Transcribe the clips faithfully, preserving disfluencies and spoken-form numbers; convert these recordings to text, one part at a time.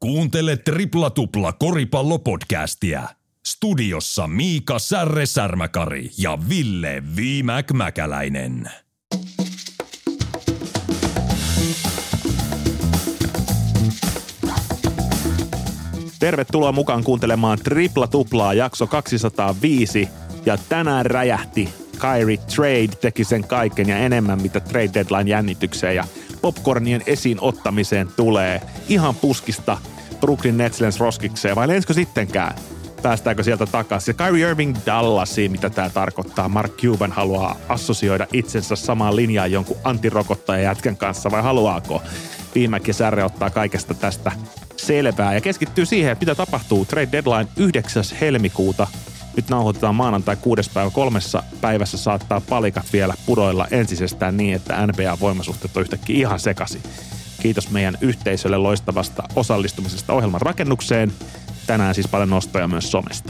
Kuuntele Tripla Tupla koripallopodcastia. Studiossa Miika Särre-Särmäkari ja Ville Viimäk-Mäkäläinen. Tervetuloa mukaan kuuntelemaan Tripla Tuplaa jakso kaksisataaviisi ja tänään räjähti. Kyrie Trade teki sen kaiken ja enemmän, mitä trade deadline jännitykseen ja popcornien esiin ottamiseen tulee. Ihan puskista Brooklyn Nets lens roskikseen, vai lenskö sittenkään? Päästäänkö sieltä takaisin? Ja Kyrie Irving Dallasiin, mitä tämä tarkoittaa. Mark Cuban haluaa assosioida itsensä samaan linjaan jonkun antirokottajan jätkän kanssa, vai haluaako? Viimäkin Särre ottaa kaikesta tästä selvää ja keskittyy siihen, että mitä tapahtuu. Trade deadline yhdeksäs helmikuuta. Nyt nauhoitetaan maanantai kuudes päivä, kolmessa päivässä saattaa palikat vielä pudoilla ensisestään niin, että N B A-voimasuhteet on yhtäkkiä ihan sekaisin. Kiitos meidän yhteisölle loistavasta osallistumisesta ohjelman rakennukseen. Tänään siis paljon nostoja myös somesta.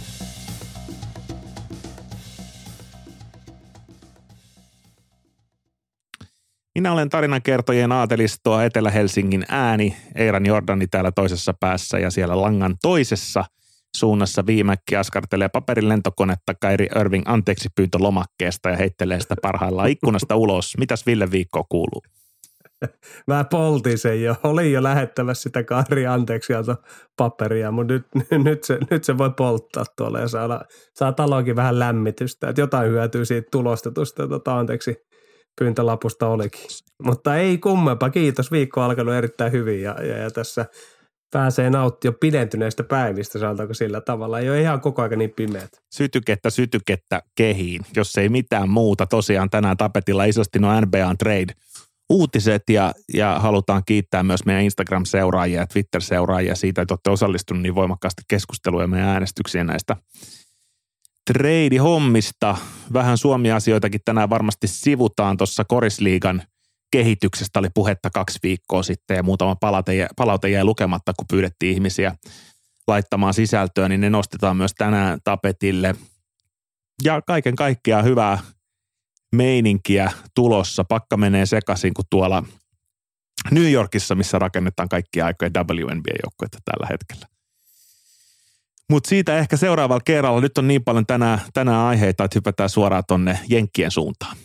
Minä olen tarinankertojien aatelistoa Etelä-Helsingin ääni, Eiran Jordani täällä toisessa päässä ja siellä langan toisessa suunnassa Viimäkki askartelee paperin lentokonetta Kyrie Irving anteeksi pyyntö lomakkeesta ja heittelee sitä parhaillaan ikkunasta ulos. Mitäs Ville viikko kuuluu? Mä poltin sen jo. Olin jo lähettämässä sitä Kyrie anteeksi paperia, mutta nyt, nyt, se, nyt se voi polttaa tuolla ja saada, saa taloonkin vähän lämmitystä. Että jotain hyötyy siitä tulostetusta tota, anteeksi pyyntölapusta olikin. Mutta ei kummempaa. Kiitos. Viikko on alkanut erittäin hyvin ja, ja, ja tässä pääsee nauttimaan pidentyneistä päivistä, sanotaanko sillä tavalla. Ei ole ihan koko ajan niin pimeät. Sytykettä, sytykettä kehiin, jos ei mitään muuta. Tosiaan tänään tapetilla isosti no N B A Trade uutiset ja, ja halutaan kiittää myös meidän Instagram-seuraajia ja Twitter-seuraajia siitä, että olette osallistunut niin voimakkaasti keskusteluun ja meidän äänestyksiä näistä trade-hommista. Vähän Suomi-asioitakin tänään varmasti sivutaan tuossa Korisliigan kehityksestä oli puhetta kaksi viikkoa sitten ja muutama palaute, palaute jäi lukematta, kun pyydettiin ihmisiä laittamaan sisältöä, niin ne nostetaan myös tänään tapetille. Ja kaiken kaikkiaan hyvää meininkiä tulossa. Pakka menee sekaisin kuin tuolla New Yorkissa, missä rakennetaan kaikkia aikoja W N B A-joukkoita tällä hetkellä. Mutta siitä ehkä seuraavalla kerralla. Nyt on niin paljon tänään, tänään aiheita, että hypätään suoraan tonne Jenkkien suuntaan.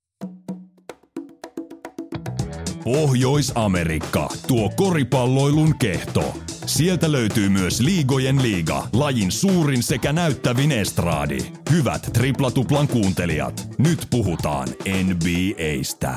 Pohjois-Amerikka, tuo koripalloilun kehto. Sieltä löytyy myös Liigojen liiga, lajin suurin sekä näyttävin estraadi. Hyvät Tripla-tuplan kuuntelijat, nyt puhutaan N B A:stä.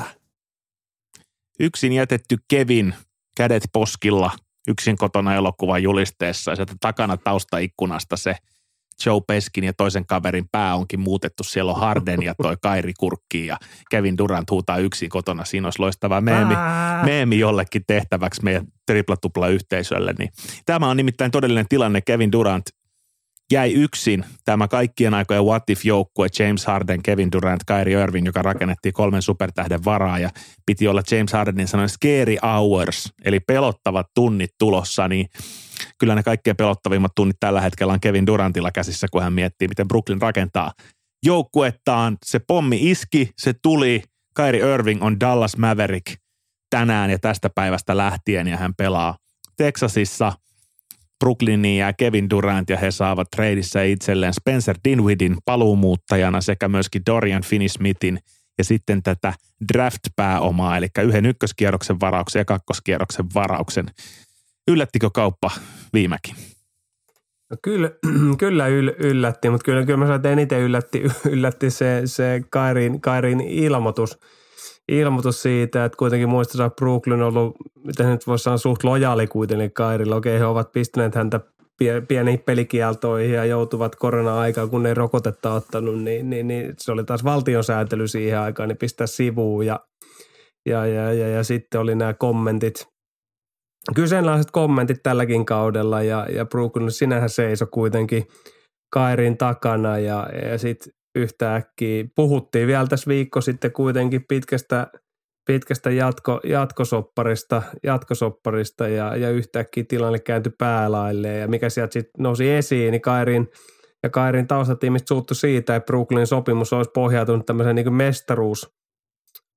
Yksin jätetty Kevin, kädet poskilla, yksin kotona elokuvan julisteessa ja sieltä takana taustaikkunasta se Joe Peskin ja toisen kaverin pää onkin muutettu. Siellä on Harden ja toi Kyrie kurkkiin ja Kevin Durant huutaa yksin kotona. Siinä olisi loistava meemi, meemi jollekin tehtäväksi meidän tripla-tupla-yhteisölle. Niin tämä on nimittäin todellinen tilanne. Kevin Durant jäi yksin. Tämä kaikkien aikojen what if-joukkue James Harden, Kevin Durant, Kyrie Irving, joka rakennettiin kolmen supertähden varaa ja piti olla James Hardenin sanoen scary hours, eli pelottavat tunnit tulossa, niin kyllä ne kaikkein pelottavimmat tunnit tällä hetkellä on Kevin Durantilla käsissä, kun hän miettii, miten Brooklyn rakentaa joukkuettaan. Se pommi iski, se tuli. Kyrie Irving on Dallas Maverick tänään ja tästä päivästä lähtien ja hän pelaa Texasissa. Brooklyniin ja Kevin Durant ja he saavat tradeissa itselleen Spencer Dinwiddin paluumuuttajana sekä myöskin Dorian Finney-Smithin ja sitten tätä draft-pääomaa, eli yhden ykköskierroksen varauksen ja kakkoskierroksen varauksen. Yllättikö kauppa Viimäkin? No kyllä, kyllä yl, yllätti, mutta kyllä, kyllä mä sanoin, että eniten yllätti, yllätti se, se Kyrien, Kyrien ilmoitus, ilmoitus siitä, että kuitenkin muistetaan Brooklyn on ollut, miten nyt voisi sanoa, suht lojaali kuitenkin Kyrielle. Okei, he ovat pistäneet häntä pieniin pelikieltoihin ja joutuvat korona-aikaan, kun ei rokotetta ottanut, niin, niin, niin se oli taas valtionsääntely siihen aikaan, niin pistää sivuun ja, ja, ja, ja, ja sitten oli nämä kommentit, kyseenalaiset kommentit tälläkin kaudella ja, ja Brooklyn sinähän seisoi kuitenkin Kyrien takana ja, ja sitten yhtäkkiä puhuttiin vielä tässä viikko sitten kuitenkin pitkästä, pitkästä jatko, jatkosopparista, jatkosopparista ja, ja yhtäkkiä tilanne kääntyi päälailleen ja mikä sieltä sitten nousi esiin, niin Kyrien ja Kyrien taustatiimistä suuttui siitä, että Brooklyn sopimus olisi pohjautunut tämmöiseen niin kuin mestaruus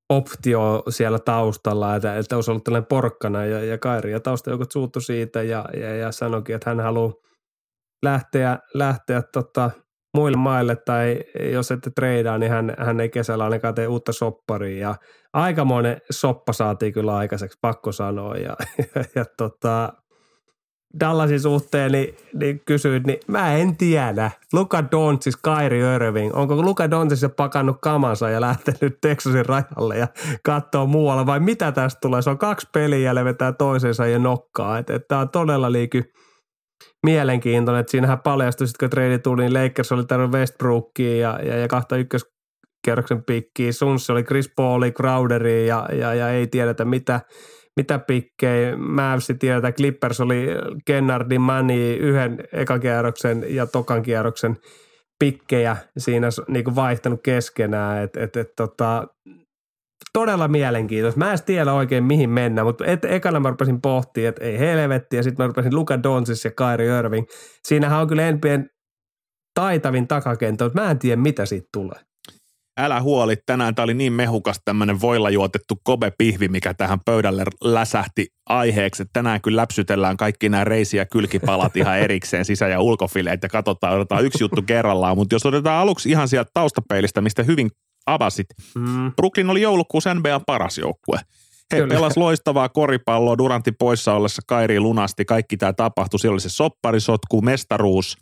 optio siellä taustalla, että, että olisi ollut tällainen porkkana ja, ja Kairi ja taustajoukot suuttu siitä ja, ja, ja sanoikin, että hän haluaa lähteä, lähteä tota, muille maille tai jos ette treidaa, niin hän, hän ei kesällä ainakaan tee uutta sopparia ja aikamoinen soppa saatiin kyllä aikaiseksi, pakko sanoa ja, ja, ja tota, Dallasin suhteen niin, niin kysyit, niin mä en tiedä. Luka Doncic, Kyrie Irving. Onko Luka Doncic pakannut kamansa ja lähtenyt Texasin rajalle ja katsoo muualla vai mitä tästä tulee? Se on kaksi peliä ja vetää toisensa ja nokkaa. Että et tää on todella liiky mielenkiintoinen. Että siinähän paljastui, kun trade tuli, niin Lakers oli tarvinnut Westbrookia ja, ja, ja kahta ykköskierroksen pikkiä. Suns oli Chris Pauli, Crowderia ja, ja, ja ei tiedetä mitä – mitä pikkejä. Mavs tiedetään, Clippers oli Kennardin Manny yhden ekan kierroksen ja tokan kierroksen pikkejä siinä niin kuin vaihtanut keskenään. Et, et, et, tota, todella mielenkiintoista. Mä en tiedä oikein mihin mennään, mutta et, ekana mä rupesin pohtimaan, että ei helvetti ja sitten mä rupesin Luka Doncic ja Kyrie Irving. Siinähän on kyllä N B A:n taitavin takakenttä, mutta mä en tiedä mitä siitä tulee. Älä huoli, tänään tämä oli niin mehukas tämmöinen voilla juotettu Kobe-pihvi, mikä tähän pöydälle läsähti aiheeksi, että tänään kyllä läpsytellään kaikki nämä reisi- ja kylkipalat ihan erikseen, sisä- ja ulkofileet ja katsotaan, otetaan yksi juttu kerrallaan, mutta jos otetaan aluksi ihan sieltä taustapeilistä, mistä hyvin avasit, mm. Brooklyn oli joulukuussa N B A:n paras joukkue. He kyllä. Pelas loistavaa koripalloa, Durantin poissa ollessa Kyrie lunasti, kaikki tämä tapahtui, siellä oli se sopparisotku, mestaruus,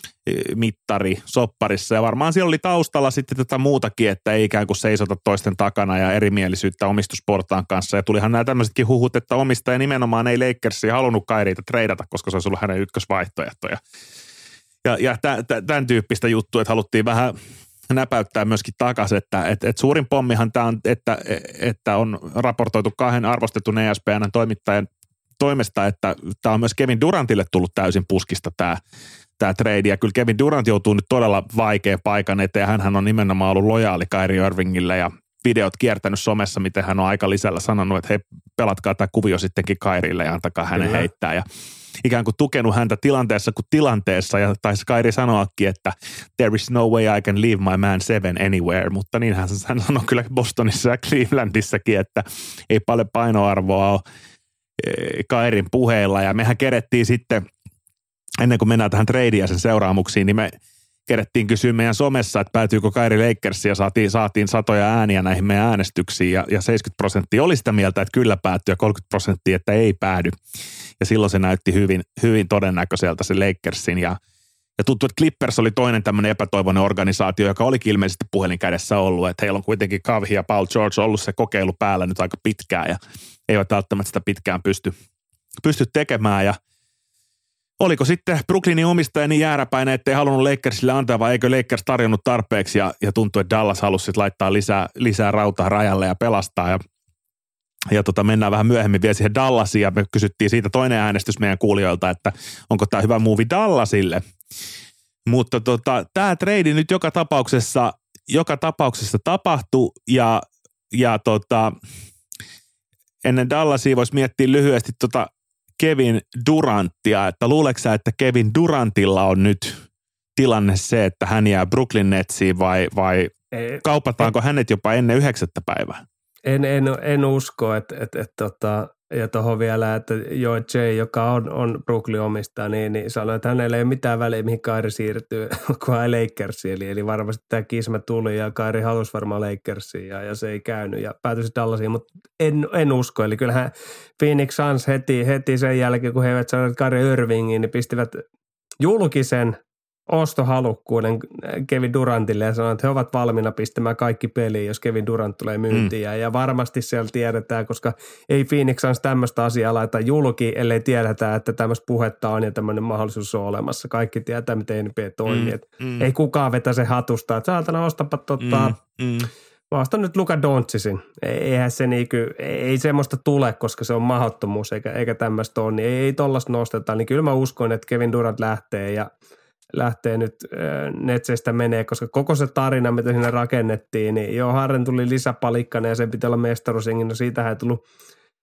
mittari sopparissa ja varmaan siellä oli taustalla sitten tätä muutakin, että ei ikään kuin seisota toisten takana ja erimielisyyttä omistusportaan kanssa ja tulihan nämä tämmöisetkin huhut, että omistaja nimenomaan ei Lakersia halunnut Kyrieta treidata, koska se olisi ollut hänen ykkösvaihtoehtoja ja, ja tämän tyyppistä juttua, että haluttiin vähän näpäyttää myöskin takaisin, että et, et suurin pommihan tämä on, että, että on raportoitu kahden arvostetun E S P N:n toimittajan toimesta, että tämä on myös Kevin Durantille tullut täysin puskista tämä tämä trade, ja kyllä Kevin Durant joutuu nyt todella vaikean paikan eteen, hänhän on nimenomaan ollut lojaali Kyrie Irvingille, ja videot kiertänyt somessa, miten hän on aika lisällä sanonut, että hei, pelatkaa tämä kuvio sittenkin Kyrille ja antakaa hänen kyllä. heittää, ja ikään kuin tukenut häntä tilanteessa kuin tilanteessa, ja taisi Kyrie sanoakin, että there is no way I can leave my man seven anywhere, mutta niin hän sanoi kyllä Bostonissa ja Clevelandissakin, että ei paljon painoarvoa ole Kyrien puheilla, ja mehän kerettiin sitten ennen kuin mennään tähän tradeen ja sen seuraamuksiin, niin me kerettiin kysyä meidän somessa, että päätyykö Kyrie Lakersiin ja saatiin, saatiin satoja ääniä näihin meidän äänestyksiin ja, ja seitsemänkymmentä prosenttia oli sitä mieltä, että kyllä päättyy ja kolmekymmentä prosenttia, että ei päädy. Ja silloin se näytti hyvin, hyvin todennäköiseltä se Lakersin ja, ja tuntuu, että Clippers oli toinen tämmöinen epätoivoinen organisaatio, joka olikin ilmeisesti puhelin kädessä ollut, että heillä on kuitenkin Kavhi ja Paul George ollut se kokeilu päällä nyt aika pitkään ja eivät välttämättä sitä pitkään pysty, pysty tekemään ja oliko sitten Brooklynin omistaja niin jääräpäinen, ettei halunnut Lakersille antaa, vai eikö Lakers tarjonnut tarpeeksi ja, ja tuntui, että Dallas halusi sitten laittaa lisää, lisää rautaa rajalle ja pelastaa. Ja, ja tota, mennään vähän myöhemmin vielä siihen Dallasiin ja me kysyttiin siitä toinen äänestys meidän kuulijoilta, että onko tämä hyvä muuvi Dallasille. Mutta tota, tämä trade nyt joka tapauksessa, joka tapauksessa tapahtui ja, ja tota, ennen Dallasia voisi miettiä lyhyesti tota Kevin Duranttia, että luuleeko sä, että Kevin Durantilla on nyt tilanne se, että hän jää Brooklyn Netsiin vai, vai Ei, kaupataanko en, hänet jopa ennen yhdeksättä päivää? En, en, en usko, että et, et, tota, ja tuohon vielä, että Joe J, joka on, on Brooklyn omistaja, niin, niin sanoi, että hänellä ei ole mitään väliä, mihin Kyrie siirtyy, kun hän Lakersiin. Eli, eli varmasti tämä kisma tuli ja Kyrie halusi varmaan Lakersiin ja, ja se ei käynyt ja päätyi Dallasiin, mutta en, en usko. Eli kyllähän Phoenix Suns heti, heti sen jälkeen, kun he eivät saaneet Kyrie Irvingiin, niin pistivät julkisen ostohalukkuuden Kevin Durantille ja sanoi, että he ovat valmiina pistämään kaikki peliin, jos Kevin Durant tulee myyntiin. Mm. Ja varmasti siellä tiedetään, koska ei Phoenix Suns tämmöistä asiaa laita julki, ellei tiedetä, että tämmöistä puhetta on ja tämmöinen mahdollisuus on olemassa. Kaikki tietää, miten N B A toimii. Mm. Mm. Ei kukaan vetä se hatusta, että saatana ostapa tota, mm. Mm. mä ostan nyt Luka Doncicin. Eihän se niinku, ei semmoista tule, koska se on mahdottomuus eikä, eikä tämmöistä ole, niin ei, ei tollaista nosteta. Niin kyllä mä uskon, että Kevin Durant lähtee ja lähtee nyt äh, Netseistä menee, koska koko se tarina, mitä sinne rakennettiin, niin joo, Harden tuli lisäpalikkainen ja sen pitää olla mestaruusjengi, no siitähän ei tullut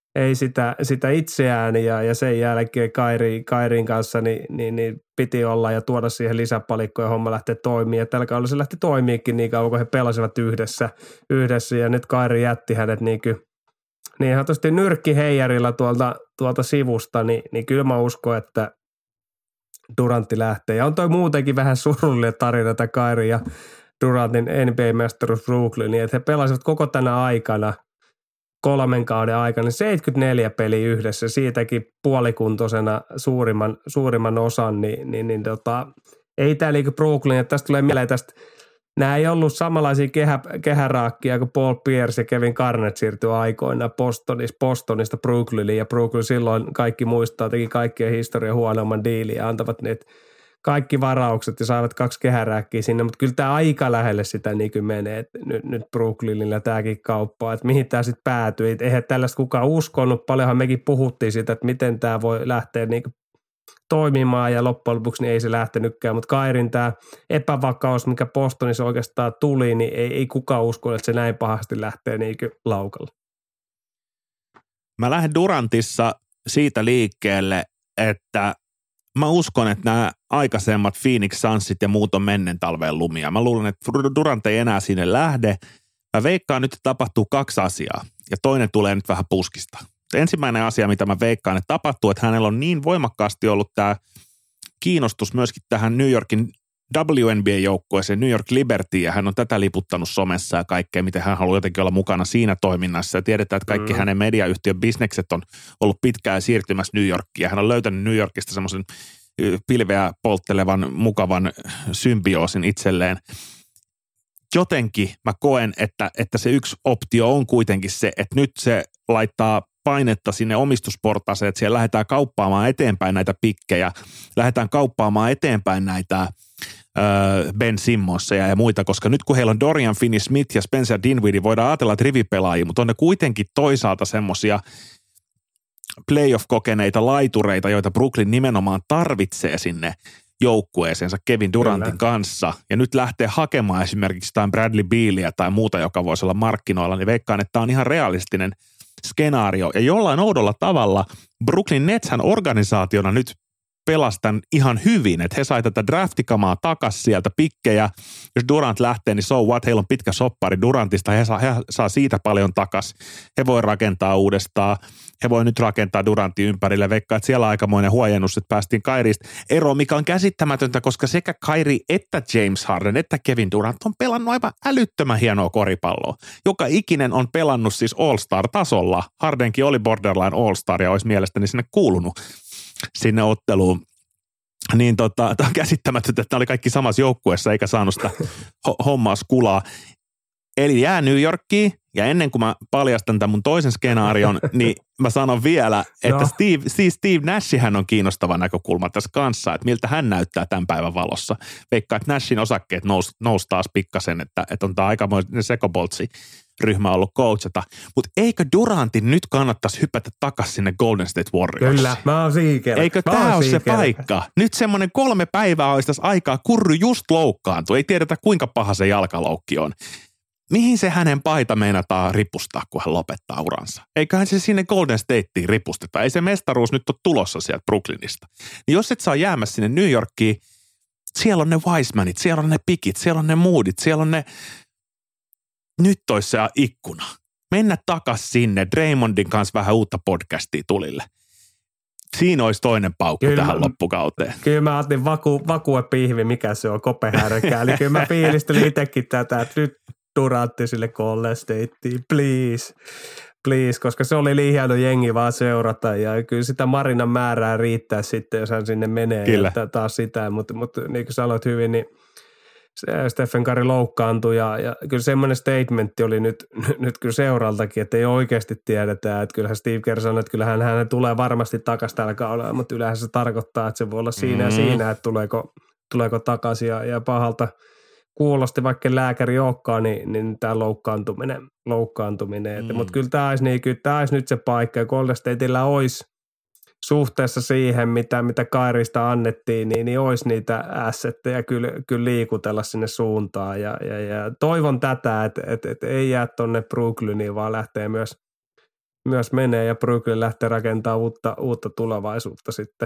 ei sitä, sitä itseään ja, ja sen jälkeen Kairi, Kairin kanssa niin, niin, niin piti olla ja tuoda siihen lisäpalikkoja ja homma lähtee toimimaan. Ja tällä kaudella se lähti toimiikin niin kauan, kun he pelasivat yhdessä, yhdessä ja nyt Kairi jätti hänet niin kuin niin ihan tosti nyrkkiheijarilla tuolta, tuolta sivusta, niin, niin kyllä mä uskon, että Durantti lähtee. Ja on toi muutenkin vähän surullinen tarina, että Kairi ja Durantin N B A-mestaruus Brooklyniin, että he pelasivat koko tänä aikana, kolmen kauden aikana, seitsemänkymmentäneljä peliä yhdessä, siitäkin puolikuntoisena suurimman, suurimman osan, niin, niin, niin tota, ei tämä liiku Brooklyn, että tästä tulee mieleen tästä, nämä ei ollut samanlaisia kehä, kehäraakkia kuin Paul Pierce ja Kevin Garnett siirtyi aikoinaan Bostonista, Bostonista Brooklyniin, ja Brooklyn silloin kaikki muistaa, teki kaikkien historian huonomman diilin ja antavat niitä kaikki varaukset ja saivat kaksi kehärääkkiä sinne, mutta kyllä tämä aika lähelle sitä niin kuin menee, että nyt, nyt Brooklynilla tämäkin kauppaa, että mihin tämä sitten päätyi. Eihän tällaista kukaan uskonut, paljonhan mekin puhuttiin siitä, että miten tämä voi lähteä niin kuin toimimaan ja loppujen lopuksi niin ei se lähtenytkään, mutta Kairin tämä epävakaus, mikä Bostonissa oikeastaan tuli, niin ei, ei kukaan usko, että se näin pahasti lähtee niin kuin laukalle. Mä lähden Durantissa siitä liikkeelle, että mä uskon, että nämä aikaisemmat Phoenix Sunsit ja muut on menneen talveen lumia. Mä luulen, että Durant ei enää sinne lähde. Mä veikkaan nyt, että tapahtuu kaksi asiaa ja toinen tulee nyt vähän puskista. Ensimmäinen asia, mitä mä veikkaan, että tapahtuu, että hänellä on niin voimakkaasti ollut tämä kiinnostus myöskin tähän New Yorkin W N B A-joukkueeseen, New York Liberty, ja hän on tätä liputtanut somessa ja kaikkea, miten hän haluaa jotenkin olla mukana siinä toiminnassa. Ja tiedetään, että kaikki mm. hänen mediayhtiön bisnekset on ollut pitkään siirtymässä New Yorkiin, ja hän on löytänyt New Yorkista semmoisen pilveä polttelevan, mukavan symbioosin itselleen. Jotenkin mä koen, että, että se yksi optio on kuitenkin se, että nyt se laittaa painetta sinne omistusportaaseen, että siellä lähdetään kauppaamaan eteenpäin näitä pikkejä, lähdetään kauppaamaan eteenpäin näitä ö, Ben Simmonsia ja muita, koska nyt kun heillä on Dorian Finney-Smith ja Spencer Dinwiddie, voidaan ajatella, että rivipelaajia, mutta on ne kuitenkin toisaalta semmoisia playoff-kokeneita laitureita, joita Brooklyn nimenomaan tarvitsee sinne joukkueeseensa Kevin Durantin Kyllä. kanssa, ja nyt lähtee hakemaan esimerkiksi jotain Bradley Bealia tai muuta, joka voisi olla markkinoilla, niin veikkaan, että tämä on ihan realistinen skenaario. Ja jollain oudolla tavalla Brooklyn Netshän organisaationa nyt pelastan ihan hyvin, että he sai tätä draftikamaa takas sieltä pikkejä. Jos Durant lähtee, niin so what, heillä on pitkä soppari Durantista, he saa, he saa siitä paljon takas. He voi rakentaa uudestaan, he voi nyt rakentaa Durantin ympärille, veikkaa, että siellä on aikamoinen huojennus, että päästiin Kairista eroon, mikä on käsittämätöntä, koska sekä Kairi että James Harden että Kevin Durant on pelannut aivan älyttömän hienoa koripalloa. Joka ikinen on pelannut siis All-Star-tasolla. Hardenkin oli borderline All-Star ja olisi mielestäni sinne kuulunut sinne otteluun. Niin tota, tämä on käsittämätöntä, että ne oli kaikki samassa joukkueessa eikä saanut sitä ho- hommaa skulaa. Eli jää New Yorkiin, ja ennen kuin mä paljastan tämän mun toisen skenaarion, niin mä sanon vielä, että no. Steve, siis Steve Nashihän on kiinnostava näkökulma tässä kanssa, että miltä hän näyttää tämän päivän valossa. Veikkaa, että Nashin osakkeet nous, nous taas pikkasen, että, että on tämä aikamoinen sekoboltsi ryhmä ollut coachata. Mutta eikö Durantin nyt kannattaisi hypätä takaisin sinne Golden State Warriorsiin? Kyllä, mä oon siikellä. Eikö tämä ole se paikka? Nyt semmoinen kolme päivää olisi tässä aikaa, Kurry just loukkaantui. Ei tiedetä, kuinka paha se jalkaloukki on. Mihin se hänen paita meinataan ripustaa, kun hän lopettaa uransa? Eiköhän se sinne Golden Stateen ripusteta. Ei se mestaruus nyt ole tulossa sieltä Brooklynista. Niin jos et saa jäämässä sinne New Yorkiin, siellä on ne Wisemanit, siellä on ne Pikit, siellä on ne Moodit, siellä on ne... Nyt olisi se ikkuna. Mennä takas sinne. Draymondin kanssa vähän uutta podcastia tulille. Siinä olisi toinen paukku kyllä, tähän loppukauteen. Kyllä mä ajattelin vaku, vakuepihvi, mikä se on, kopehärkä. Eli kyllä mä fiilistelin itsekin tätä, että nyt Durantti sille Golden Stateen, please, please, koska se oli liian hieno jengi vaan seurata ja kyllä sitä Marinan määrää riittää sitten, jos hän sinne menee. Kyllä. Ja taas sitä, mutta, mutta niin kuin sanoit hyvin, niin Stephen Curry loukkaantui ja, ja kyllä semmoinen statementti oli nyt, nyt kyllä seuraltakin, että ei oikeasti tiedetä, että kyllähän Steve Kerr sanoi, että kyllähän hän tulee varmasti takaisin tällä kaudella, mutta yleensä se tarkoittaa, että se voi olla siinä mm. ja siinä, että tuleeko, tuleeko takaisin ja, ja pahalta kuulosti, vaikka lääkäri olekaan, niin, niin tämä loukkaantuminen, loukkaantuminen. Mm. Mutta kyllä tämä olisi, niin, kyllä tämä olisi nyt se paikka ja Golden Statella olisi suhteessa siihen, mitä, mitä Kairista annettiin, niin, niin olisi niitä assetteja kyllä, kyllä liikutella sinne suuntaan. Ja, ja, ja toivon tätä, että, että, että ei jää tuonne Brooklyniin, vaan lähtee myös myös menee ja Brooklyn lähtee rakentamaan uutta, uutta tulevaisuutta sitten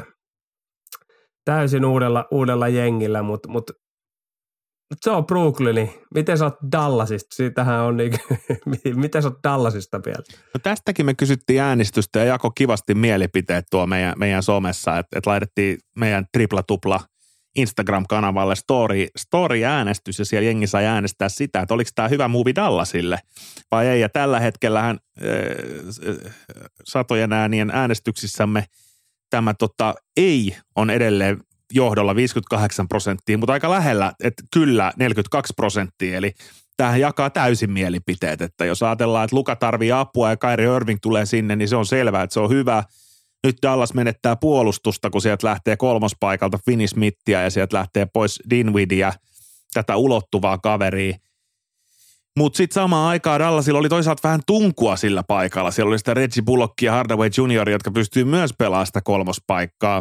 täysin uudella, uudella jengillä, mutta mut, mut se on Brooklyni. Miten sä oot Dallasista? Siitähän on niin, miten sä oot Dallasista vielä? No tästäkin me kysyttiin äänestystä ja jako kivasti mielipiteet tuo meidän, meidän somessa, että et laitettiin meidän tripla-tupla Instagram-kanavalle story, story-äänestys ja siellä jengi sai äänestää sitä, että oliko tämä hyvä movie Dallasille vai ei. Ja tällä hetkellähän äh, satojen äänien äänestyksissämme tämä tota, ei on edelleen johdolla viisikymmentäkahdeksan prosenttia, mutta aika lähellä, että kyllä neljäkymmentäkaksi prosenttia, eli tämähän jakaa täysin mielipiteet, että jos ajatellaan, että Luka tarvii apua ja Kyrie Irving tulee sinne, niin se on selvää, että se on hyvä. Nyt Dallas menettää puolustusta, kun sieltä lähtee kolmospaikalta Finney Smithia ja sieltä lähtee pois Dinwiddie, tätä ulottuvaa kaveria. Mutta sitten samaan aikaan Dallasilla oli toisaalta vähän tunkua sillä paikalla. Siellä oli sitä Reggie Bullockia ja Hardaway juniori, jotka pystyy myös pelaamaan sitä kolmospaikkaa.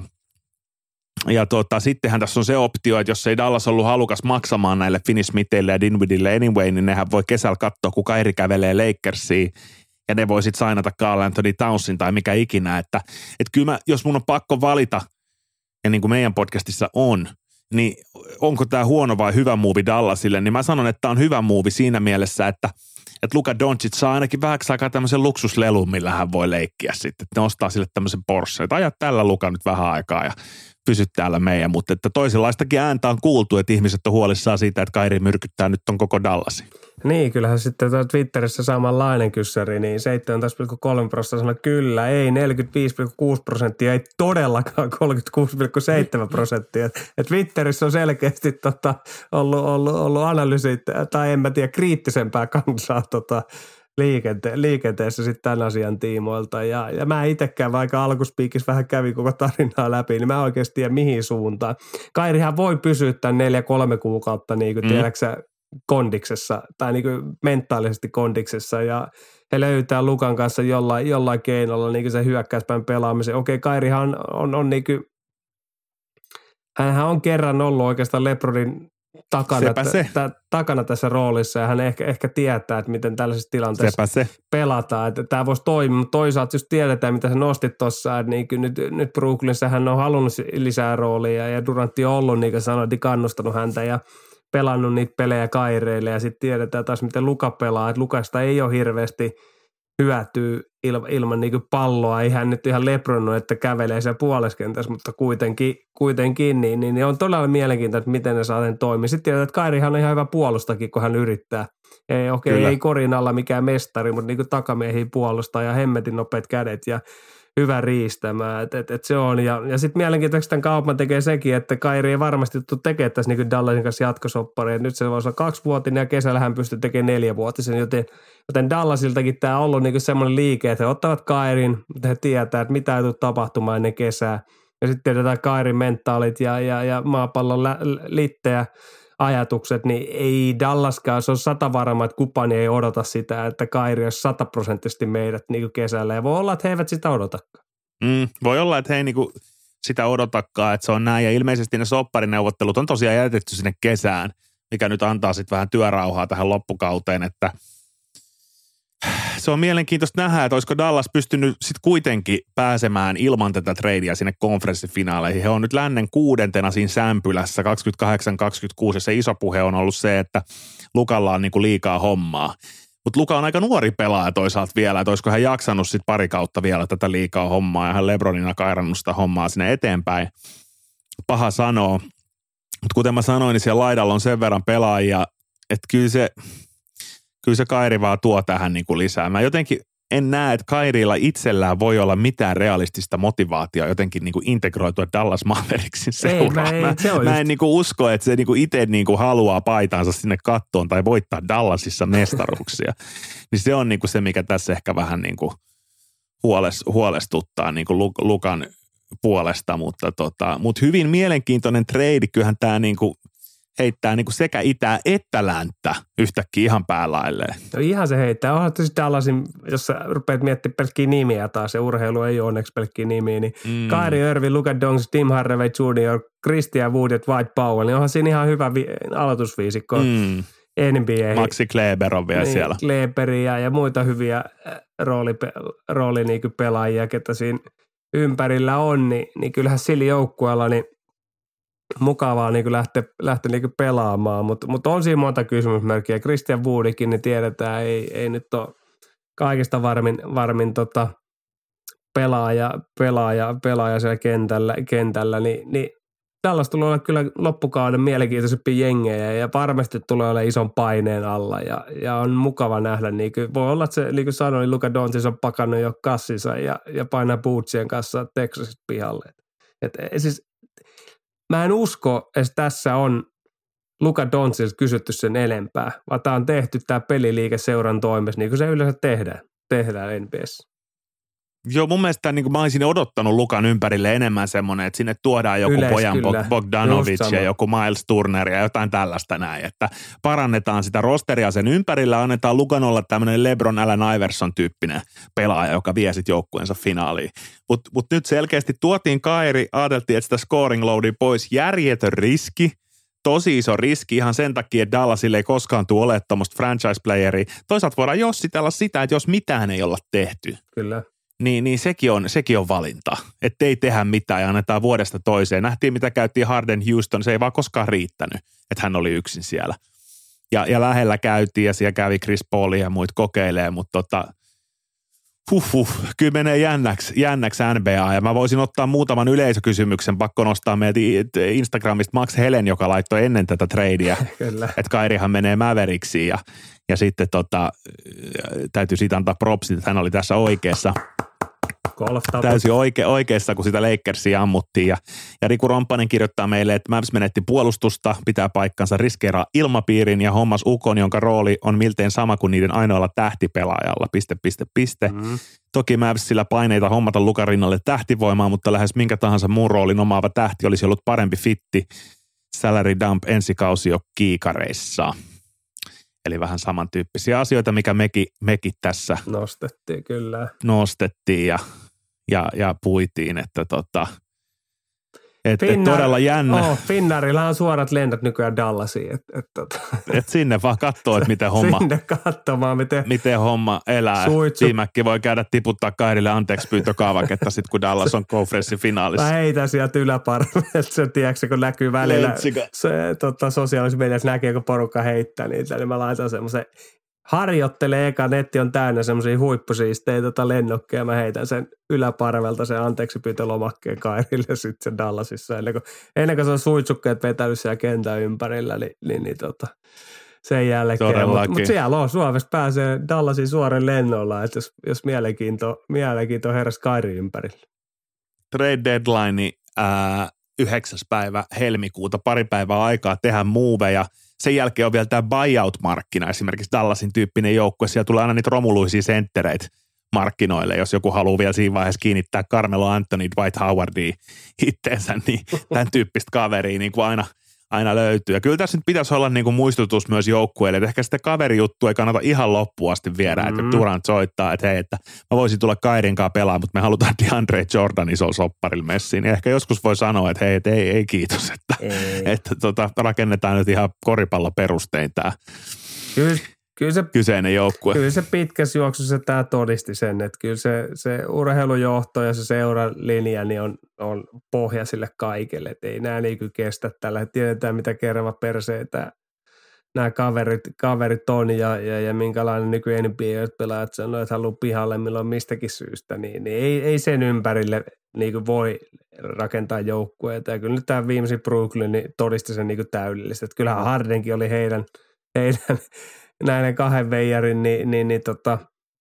Ja tota, sittenhän tässä on se optio, että jos ei Dallas ollut halukas maksamaan näille Finney Smithille ja Dinwiddille anyway, niin nehän voi kesällä katsoa, kun Kyrie kävelee Lakersiin. Ja ne voi sitten sainata Karl Anthony Townsin tai mikä ikinä. Että et kyllä mä, jos mun on pakko valita, ja niin kuin meidän podcastissa on, niin onko tämä huono vai hyvä muuvi Dallasille, niin mä sanon, että tämä on hyvä muuvi siinä mielessä, että, että Luka Doncic saa ainakin vähäksi aikaa tämmöisen luksuslelun, millä hän voi leikkiä sitten. Että ne ostaa sille tämmöisen Porsche, että ajat tällä Luka nyt vähän aikaa ja pysyt täällä meidän, mutta että toisenlaistakin ääntä on kuultu, että ihmiset on huolissaan siitä, että Kyrie myrkyttää nyt on koko Dallasin. Niin, kyllähän sitten Twitterissä samanlainen kyssäri, niin seitsemäntoista pilkku kolme prosenttia sanoi kyllä, ei, neljäkymmentäviisi pilkku kuusi prosenttia, ei todellakaan kolmekymmentäkuusi pilkku seitsemän prosenttia. Et Twitterissä on selkeästi tota, ollut, ollut, ollut analyysit, tai en mä tiedä, kriittisempää kansaa tota, liikente- liikenteessä sitten tämän asian tiimoilta. Ja, ja mä itsekään, vaikka alkuspiikissä vähän kävi koko tarinaa läpi, niin mä oikeasti tiedän mihin suuntaan. Kairihan voi pysyä tämän neljä kolme kuukautta, niin kuin mm. tiedäksä, kondiksessa tai niin kuin mentaalisesti kondiksessa ja he löytää Lukan kanssa jollain, jollain keinolla niin kuin se hyökkäyspäin pelaamisen. Okei, Kairihan on, on, on niin kuin, hänhän on kerran ollut oikeastaan LeBronin takana, t- takana tässä roolissa ja hän ehkä, ehkä tietää, että miten tällaisessa tilanteessa se. pelataan. Että tämä voisi toimia, mutta toisaalta jos tiedetään, mitä sä nostit tuossa, että niin nyt, nyt Brooklynissa hän on halunnut lisää roolia ja Durantti on ollut, niin kuin sanoin, kannustanut häntä ja pelannut niitä pelejä Kaireille ja sitten tiedetään taas, miten Luka pelaa. Että Lukasta ei ole hirveästi hyötyä ilman, ilman niin kuin palloa. Ei hän nyt ihan lebronnut, että kävelee siellä puoleskentässä, mutta kuitenkin, kuitenkin niin, niin, niin on todella mielenkiintoista, että miten ne saa sen toimia. Sitten tiedetään, että Kairihan on ihan hyvä puolustakin, kun hän yrittää. Ei, okei, okay, ei korin alla mikään mestari, mutta niin kuin takamiehiä puolustaa ja hemmetin nopeat kädet ja hyvä riistämä, että et, et se on. Ja, ja sitten mielenkiintoisesti tämän kaupan tekee sekin, että Kyrie ei varmasti tule tekemään tässä niin kuin Dallasin kanssa jatkosopparia. Nyt se voisi olla kaksivuotinen ja kesällä hän pystyy tekemään neljävuotisen, joten, joten Dallasiltakin tämä on ollut niin kuin semmoinen liike, että he ottavat Kyrien, mutta he tietää, että mitä ei tule tapahtumaan ennen kesää. Ja sitten tiedetään Kyrien mentaalit ja, ja, ja maapallon lä, litteä ajatukset, niin ei Dallaskaan, se on sata varma, että kupani ei odota sitä, että Kyrie olisi sataprosenttisesti meidät niin kuin kesällä. Ja voi olla, että he eivät sitä odotakaan. Mm, voi olla, että he ei niin kuin sitä odotakaan, että se on näin. Ja ilmeisesti ne sopparineuvottelut on tosiaan jätetty sinne kesään, mikä nyt antaa sitten vähän työrauhaa tähän loppukauteen, että se on mielenkiintoista nähdä, että olisiko Dallas pystynyt sitten kuitenkin pääsemään ilman tätä tradea sinne konferenssifinaaleihin. He on nyt lännen kuudentena siinä sämpylässä kaksikymmentäkahdeksan kaksikymmentäkuusi ja se iso puhe on ollut se, että Lukalla on niinku liikaa hommaa. Mutta Luka on aika nuori pelaaja toisaalta vielä, että olisiko hän jaksanut sitten pari kautta vielä tätä liikaa hommaa ja hän LeBronina kairannut sitä hommaa sinne eteenpäin. Paha sanoa, mutta kuten mä sanoin, niin siellä laidalla on sen verran pelaajia, että kyllä se... Kyllä se Kyrie vaan tuo tähän niin kuin lisää. Mä jotenkin en näe, että Kyriella itsellään voi olla mitään realistista motivaatiota jotenkin niin kuin integroitua Dallas Mavericksin seuraan. Ei, mä, mä, mä en niin kuin usko, että se niin kuin itse niin kuin haluaa paitaansa sinne kattoon tai voittaa Dallasissa mestaruuksia. Niin se on niin kuin se, mikä tässä ehkä vähän niin kuin huolestuttaa niin kuin Lukan puolesta. Mutta, tota, mutta hyvin mielenkiintoinen trade. Kyllähän tämä niin kuin heittää niin kuin sekä itää että länttä yhtäkkiä ihan päälailleen. No ihan se heittää. Onhan tietysti Dallasin, jos sä rupeat miettimään pelkkiä nimiä taas, se urheilu ei ole onneksi pelkkiä nimiä, niin mm. Kyrie Irving, Luka Doncic, Tim Hardaway juniori, Christian Wood ja Dwight Powell, niin onhan siinä ihan hyvä vi- aloitusviisikko. Mm. N B A. Maxi Kleber on vielä niin, siellä. Kleberia ja muita hyviä rooli, rooli niin kuin pelaajia, ketä siinä ympärillä on, niin, niin kyllähän sillä joukkueella niin mukavaa niin kuin lähteä, lähteä niin kuin pelaamaan, mutta mut on siinä monta kysymysmerkkiä. Christian Woodikin, niin tiedetään, ei, ei nyt ole kaikista varmin, varmin tota pelaaja, pelaaja, pelaaja siellä kentällä, kentällä niin, niin tällaista tulee olla kyllä loppukauden mielenkiintoisempia jengejä ja varmasti tulee olla ison paineen alla ja, ja on mukava nähdä. Niin kuin, voi olla, että se, niin kuin sanoin, niin Luka Doncic on pakannut jo kassinsa ja, ja painaa bootsien kanssa Texasista pihalle. Et, et, siis, mä en usko, että tässä on Luka Doncicilta kysytty sen enempää, vaan tämä on tehty tämä peliliike seuran toimessa, niin kuin se yleensä tehdään, tehdään N B A:ssä. Joo, mun mielestä niin kuin mä olisin odottanut Lukan ympärille enemmän semmoinen, että sinne tuodaan joku Yleis, Bojan kyllä. Bogdanovic ja joku Miles Turner ja jotain tällaista näin, että parannetaan sitä rosteria sen ympärillä, annetaan Lukan olla tämmöinen LeBron Allen Iverson-tyyppinen pelaaja, joka vie sit joukkueensa finaaliin. Mutta mut nyt selkeästi tuotiin Kairi, ajateltiin, että sitä scoring loadia pois, järjetön riski, tosi iso riski ihan sen takia, että Dallasille ei koskaan tule olemaan tuommoista franchise-playeria. Toisaalta voidaan jossitella sitä, että jos mitään ei olla tehty. Kyllä. Niin, niin sekin, on, sekin on valinta, että ei tehdä mitään ja annetaan vuodesta toiseen. Nähtiin, mitä käytiin Harden Houston, se ei vaan koskaan riittänyt, että hän oli yksin siellä. Ja, ja lähellä käytiin ja siellä kävi Chris Paul ja muut kokeilee, mutta tota, huh, huh, kyllä menee jännäksi, jännäksi N B A. Ja mä voisin ottaa muutaman yleisökysymyksen, pakko nostaa meiltä Instagramista Max Helen, joka laittoi ennen tätä tradea, että Kairihan menee Maveriksiin ja, ja sitten tota, täytyy siitä antaa propsit, että hän oli tässä oikeassa. Täysin oike, oikeassa, kun sitä Lakersia ammuttiin. Ja, ja Riku Romppanen kirjoittaa meille, että Mavs menetti puolustusta, pitää paikkansa, riskeeraa ilmapiirin ja hommas Ukon, jonka rooli on miltein sama kuin niiden ainoalla tähtipelaajalla. Piste, piste, piste. Mm. Toki Mavsillä paineita hommata Lukan rinnalle tähtivoimaa, mutta lähes minkä tahansa muun roolin omaava tähti olisi ollut parempi fitti. Salary dump ensikausi jo kiikareissa. Eli vähän samantyyppisiä asioita, mikä mekin, mekin tässä nostettiin, kyllä. Nostettiin ja, ja, ja puitiin, että tota, että Finnair, todella jännä. Oh, Finnairilla on suorat lennot nykyään Dallasiin. Että et, tota. et sinne vaan katsoo, että miten homma, sinne katsomaan, miten, miten homma elää. Tiimäkki voi käydä tiputtaa Kairille anteeksi pyytökaavaketta sitten, kun Dallas on conference finaalissa. Mä heitän sieltä yläparvelle, se tiedätkö, kun näkyy välillä. Se, tota, sosiaalisessa mediassa näkee, kun porukka heittää niitä, niin mä laitan semmoisen, harjoittelee eka, netti on täynnä semmoisia huippusiistejä tota lennokkeja, mä heitän sen yläparvelta sen anteeksi pyytölomakkeen Kairille sitten sen Dallasissa, ennen kuin, ennen kuin se on suitsukkeet vetänyt siellä kentän ympärillä, niin, niin, niin tota, sen jälkeen. Mutta mut siellä on, Suomesta pääsee Dallasin suoren lennolla, että jos, jos mielenkiinto, mielenkiinto heräsi Kairin ympärillä. Trade deadline ää, yhdeksäs päivä helmikuuta, pari päivää aikaa tehdä moveja. Sen jälkeen on vielä tämä buyout-markkina, esimerkiksi Dallasin tyyppinen joukkue. Siellä tulee aina niitä romuluisia senttereitä markkinoille, jos joku haluaa vielä siinä vaiheessa kiinnittää Carmelo Anthony, Dwight Howardia itteensä, niin tämän tyyppistä kaveria niin kuin aina, aina löytyy. Ja kyllä tässä nyt pitäisi olla niin kuin muistutus myös joukkueille, että ehkä sitä kaverijuttua ei kannata ihan loppuun asti viedä, mm. että Durant soittaa, että hei, että mä voisin tulla Kairin kanssa pelaamaan, mutta me halutaan DeAndre Jordan isolla sopparilla messiin. Ja ehkä joskus voi sanoa, että hei, että ei, ei kiitos, että, että tota, rakennetaan nyt ihan koripalloperustein tämä kyllä, kyllä se, kyseinen joukkue. Kyllä se pitkässä juoksussa tämä todisti sen, että kyllä se, se urheilujohto ja se seuralinja niin on, on pohja sille kaikelle, että ei nämä niin kestä tällä. Tiedetään, mitä kerran perseitä nämä kaverit, kaverit on ja, ja, ja minkälainen nykyinen N B A-pelaajat sanoo, että haluaa pihalle milloin mistäkin syystä, niin, niin ei, ei sen ympärille niin voi rakentaa joukkueita. Ja kyllä nyt tämä viimeisin Brooklyn niin todisti sen niin täydellisesti, että kyllähän Hardenkin oli heidän, heidän näiden kahden veijarin niin, niin, niin tota,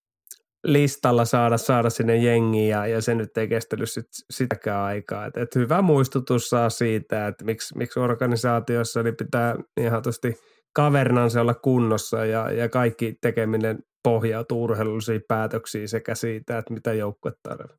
listalla saada, saada sinne jengiin ja, ja se nyt ei kestänyt sit, sitäkään aikaa. Et, et hyvä muistutus saa siitä, että miksi, miksi organisaatiossa niin pitää niin hatusti kavernansa olla kunnossa ja, ja kaikki tekeminen pohjautuu urheilullisiin päätöksiin sekä siitä, että mitä joukkue tarvitsee.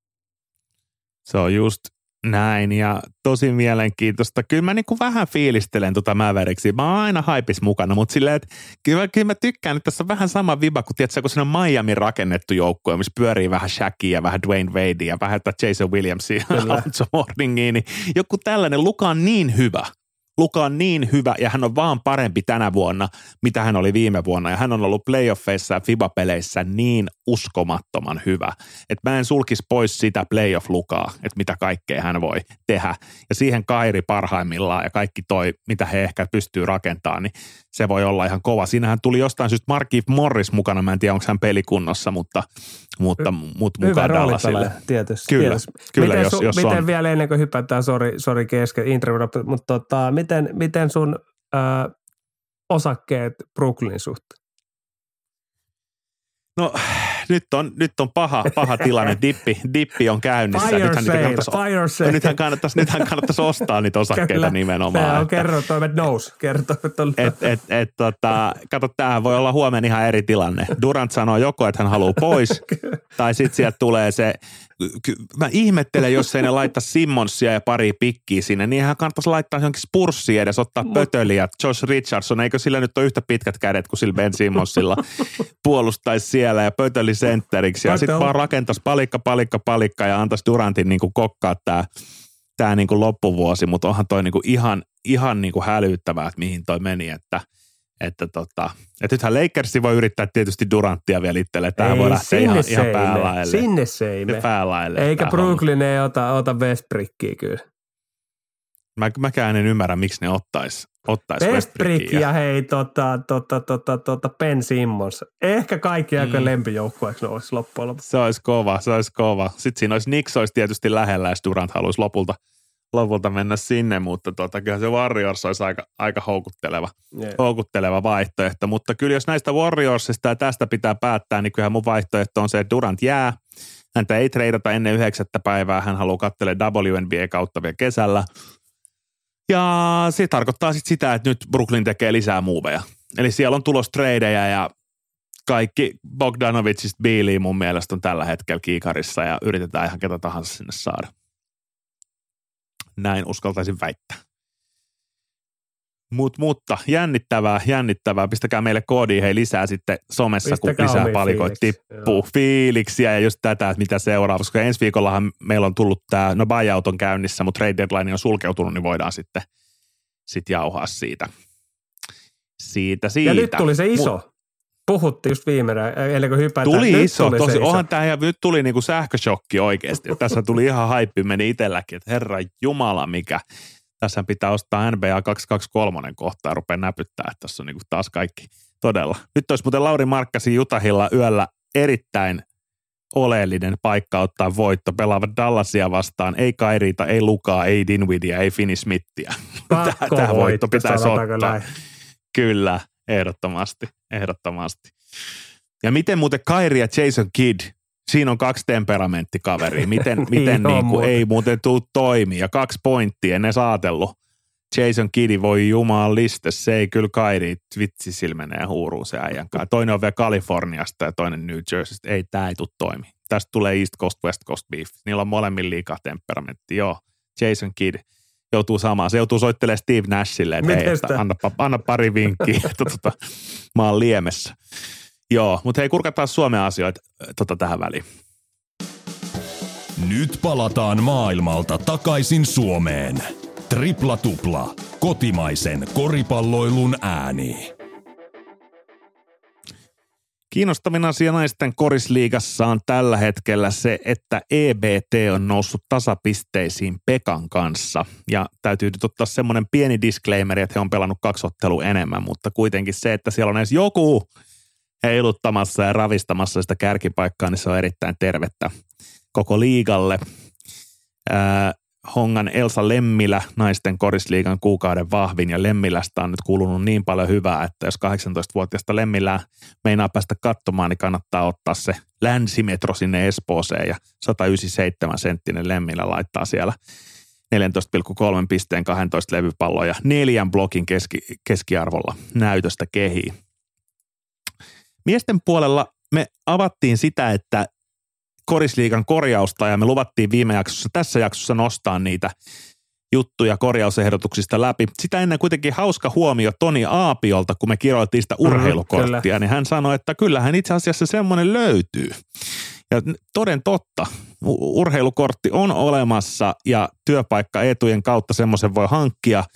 Se on just näin ja tosi mielenkiintoista. Kyllä mä niin kuin vähän fiilistelen tuota Mavericksiä. Mä oon aina haipis mukana, mutta silleen, että kyllä, kyllä mä tykkään, että tässä on vähän sama viba kuin tiedätkö, kun siinä on Miami rakennettu joukkue, missä pyörii vähän Shaquia, vähän Dwayne Wadea ja vähän Jason Williamsia, Alonzo Mourningia, niin joku tällainen Luka on niin hyvä. Luka on niin hyvä ja hän on vaan parempi tänä vuonna, mitä hän oli viime vuonna. Ja hän on ollut playoffeissa ja FIBA-peleissä niin uskomattoman hyvä, että mä en sulkisi pois sitä playoff-Lukaa, että mitä kaikkea hän voi tehdä. Ja siihen Kairi parhaimmillaan ja kaikki toi, mitä he ehkä pystyy rakentamaan, niin se voi olla ihan kova. Siinähän tuli jostain syystä Markieff Morris mukana, mä en tiedä onko hän pelikunnossa, mutta, mutta mut mukaan Dallasille. Tietysti. Kyllä, tietysti. kyllä miten jos, su, jos miten on. vielä ennen kuin hypätään, sori, sori kesken, intro, mutta tota, miten, miten sun ö, osakkeet Brooklynin suhteen? No nyt on, nyt on paha, paha tilanne, dippi, dippi on käynnissä. Fire nythän, sale, kannattaisi, fire sale. Nythän kannattaisi, nythän kannattaisi ostaa niitä osakkeita Kyllä. nimenomaan. Se on että, kerrottu, että nousi. Kertoo, että on... et, et, et, tota, kato, tämähän voi olla huomenna ihan eri tilanne. Durant sanoo joko, että hän haluaa pois, tai sitten sieltä tulee se, mä ihmettelen, jos ei ne laittaa Simmonsia ja pari pikkiä sinne, niin hän kannattaisi laittaa johonkin Spurssiin edes, ottaa Mut. Pötöliä, Josh Richardson, eikö sillä nyt ole yhtä pitkät kädet kuin sillä Ben Simmonsilla puolustaisi siellä ja Pötöli sentteriksi ja sitten vaan rakentaisi palikka, palikka, palikka ja antaisi Durantin niin kuin kokkaa tämä tää niin kuin loppuvuosi, mutta onhan toi niin kuin ihan, ihan niin kuin hälyttävää, että mihin toi meni, että Että, tota, että nythän Lakersi voi yrittää tietysti Duranttia vielä itselleen. Tämähän voi lähteä ihan, ihan päälaille. Sinne se ei mene. Päälaille. Eikä Brooklyn ei ota, ota Westbrickia kyllä. Mä, mäkään en ymmärrä, miksi ne ottaisi ottais Westbrick ja hei tota, tota, tota, tota Ben Simmons. Ehkä kaikki aika mm. lempijoukkueeksi ne olisi loppujen lopuksi. Se olisi kova, se olisi kova. Sitten siinä olisi Knicks olisi tietysti lähellä, jos Durant haluaisi lopulta, lopulta mennä sinne, mutta tota, kyllä se Warriors olisi aika, aika houkutteleva, yeah. houkutteleva vaihtoehto. Mutta kyllä jos näistä Warriorsista ja tästä pitää päättää, niin kyllähän mun vaihtoehto on se, että Durant jää. Häntä ei treidata ennen yhdeksättä päivää, hän haluaa katsella W N B A kautta vielä kesällä. Ja se tarkoittaa sitten sitä, että nyt Brooklyn tekee lisää muuveja. Eli siellä on tulos tradeja ja kaikki Bogdanovicista Bealey mun mielestä on tällä hetkellä kiikarissa ja yritetään ihan ketä tahansa sinne saada. Näin uskaltaisin väittää. Mut, mutta jännittävää, jännittävää. Pistäkää meille koodiin hei lisää sitten somessa, Pistäkää kun lisää palikoit tippuu. Joo. Fiiliksiä ja just tätä, että mitä seuraa. Koska ensi viikollahan meillä on tullut tämä, no buyout on käynnissä, mutta trade deadline on sulkeutunut, niin voidaan sitten sit jauhaa siitä. Siitä, siitä. Ja nyt tuli se iso. Mut, puhuttiin just viimeinen, ennen kuin hypätään. Tuli nyt iso, tuli tosi, iso. onhan tämä, nyt tuli niinku sähköshokki oikeasti. Tässä tuli ihan haippi, meni itselläkin, että herra jumala mikä. Tässä pitää ostaa N B A kaksisataakaksikymmentäkolme kohtaa ja rupeaa näpyttää, että tässä on niinku taas kaikki todella. Nyt olisi muuten Lauri Markkasin Utahilla yöllä erittäin oleellinen paikka ottaa voitto. Pelaavat Dallasia vastaan, ei Kairiita, ei Lukaa, ei Dinwiddieä, ei Finney-Smithia. Tämä voitto pitäisi ottaa. Näin. Kyllä, ehdottomasti, ehdottomasti. Ja miten muuten Kairi ja Jason Kidd, siinä on kaksi temperamenttikaveri. Miten, miten niin kuin ei muuten tule toimi. Ja kaksi pointtia, ne saatellut. Jason Kidd voi jumaliste, se ei kyllä Kairi vitsi silmenee ja huuruu se äijänkaan. Toinen on vielä Kaliforniasta ja toinen New Jerseystä. Ei, tää ei tule toimi. Tästä tulee East Coast, West Coast beef. Niillä on molemmin liikaa temperamentti. Joo, Jason Kidd joutuu samaan. Se joutuu soittelemaan Steve Nashille, että hei, että anna, anna pari vinkkiä, että tota, mä oon liemessä. Joo, mutta hei, kurkataan Suomen asioita tota, tähän väliin. Nyt palataan maailmalta takaisin Suomeen. Tripla tupla, kotimaisen koripalloilun ääni. Kiinnostavin asia naisten korisliigassa on tällä hetkellä se, että E B T on noussut tasapisteisiin Pekan kanssa. Ja täytyy nyt ottaa semmoinen pieni disclaimer, että he on pelannut kaksi ottelua enemmän, mutta kuitenkin se, että siellä on edes joku heiluttamassa ja ravistamassa sitä kärkipaikkaa, niin se on erittäin tervettä koko liigalle. Ää, Hongan Elsa Lemmilä, naisten korisliigan kuukauden vahvin, ja Lemmilästä on nyt kuulunut niin paljon hyvää, että jos kahdeksantoistavuotiaasta Lemmilää meinaa päästä katsomaan, niin kannattaa ottaa se länsimetro sinne Espooseen, ja sata yhdeksänkymmentäseitsemän senttinen Lemmilä laittaa siellä neljätoista pilkku kolme pisteen kaksitoista levypalloa ja neljän blokin keski, keskiarvolla näytöstä kehiin. Miesten puolella me avattiin sitä, että korisliigan korjausta ja me luvattiin viime jaksossa, tässä jaksossa nostaa niitä juttuja korjausehdotuksista läpi. Sitä ennen kuitenkin hauska huomio Toni Aapiolta, kun me kirjoitettiin sitä urheilukorttia, mm, niin hän sanoi, että kyllähän itse asiassa semmoinen löytyy. Ja toden totta, urheilukortti on olemassa ja työpaikkaetujen kautta semmoisen voi hankkia.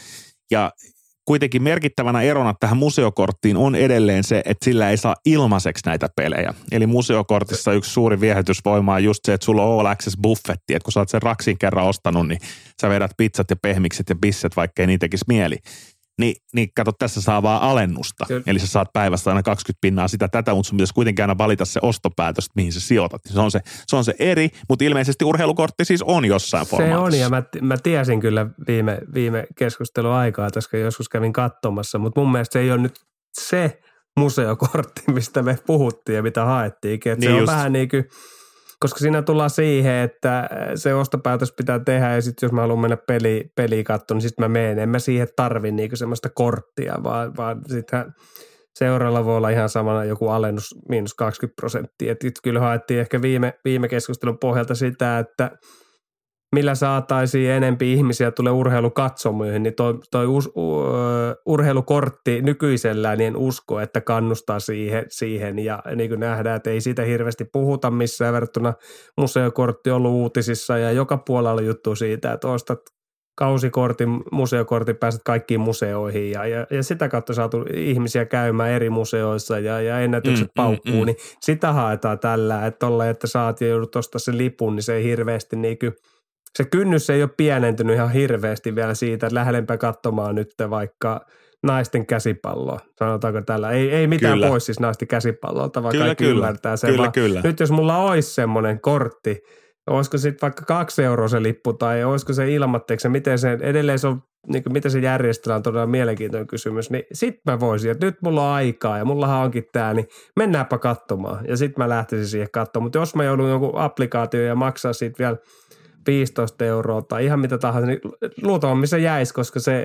Ja kuitenkin merkittävänä erona tähän museokorttiin on edelleen se, että sillä ei saa ilmaiseksi näitä pelejä. Eli museokortissa yksi suuri viehätysvoima on just se, että sulla on all access buffetti, että kun sä oot sen raksin kerran ostanut, niin sä vedät pizzat ja pehmikset ja bisset, vaikkei niitä tekisi mieli. Ni, niin kato, tässä saa vaan alennusta. Kyllä. Eli sä saat päivästä aina kaksikymmentä pinnaa sitä tätä, mutta sun pitäisi kuitenkin aina valita se ostopäätös, mihin sä sijoitat. Se on se, se on se eri, mutta ilmeisesti urheilukortti siis on jossain formaatissa. Se on, ja mä, mä tiesin kyllä viime, viime keskustelun aikaa, koska joskus kävin katsomassa, mutta mun mielestä se ei ole nyt se museokortti, mistä me puhuttiin ja mitä haettiin. Niin se on just vähän niin kuin, koska siinä tullaan siihen, että se ostopäätös pitää tehdä ja sitten jos mä haluan mennä peli, peliä katsomaan, niin sitten mä menen. En mä siihen tarvi niinku semmoista korttia, vaan, vaan sitten seuralla voi olla ihan samana joku alennus miinus kaksikymmentä prosenttia. Et kyllä haettiin ehkä viime, viime keskustelun pohjalta sitä, että millä saataisiin enempi ihmisiä tulee urheilukatsomuihin, niin toi, toi us, uh, urheilukortti nykyisellään niin en usko, että kannustaa siihen, siihen. Ja niin kuin nähdään, että ei siitä hirveästi puhuta missään verrattuna museokortti on ollut uutisissa ja joka puolella on juttu siitä, että ostat kausikortin, museokortin, pääset kaikkiin museoihin ja, ja, ja sitä kautta saatu ihmisiä käymään eri museoissa ja, ja ennätykset mm, paukkuu, mm, mm. niin sitä haetaan tällä, että tolle, että saat ja joudut ostaa sen lipun, niin se ei hirveästi niin kuin se kynnys ei ole pienentynyt ihan hirveästi vielä siitä, että lähdenpä katsomaan nyt vaikka naisten käsipalloa, sanotaanko tällä. Ei, ei mitään kyllä pois siis naisten käsipallolta, vaan kyllä, kaikki kyllä ymmärtää sen. Kyllä, kyllä. Nyt jos mulla olisi semmoinen kortti, olisiko sitten vaikka kaksi euroa se lippu tai olisiko se ilmatteeksi, miten se edelleen se on, niin kuin, miten se järjestellään, on todella mielenkiintoinen kysymys, niin sit mä voisin, että nyt mulla on aikaa ja mullahan onkin tää, niin mennäänpä katsomaan ja sit mä lähtisin siihen katsomaan. Mutta jos mä joudun jonkun applikaatio ja maksaa siitä vielä viisitoista euroa tai ihan mitä tahansa, niin luultavasti se jäisi, koska se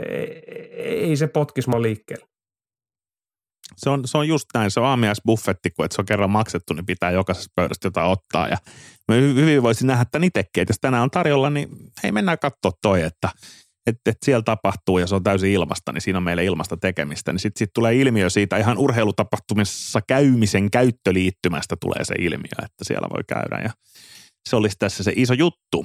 ei se potkisi mua liikkeelle. Se on, se on just näin, se on aamiaisbuffetti, kun että se on kerran maksettu, niin pitää jokaisesta pöydästä jotain ottaa. Ja mä hyvin voisin nähdä tämän itsekin, että jos tänään on tarjolla, niin hei mennään katsoa toi, että että, että siellä tapahtuu ja se on täysin ilmasta, niin siinä on meille ilmasta tekemistä. Niin sitten sit tulee ilmiö siitä ihan urheilutapahtumissa käymisen käyttöliittymästä tulee se ilmiö, että siellä voi käydä ja se olisi tässä se iso juttu.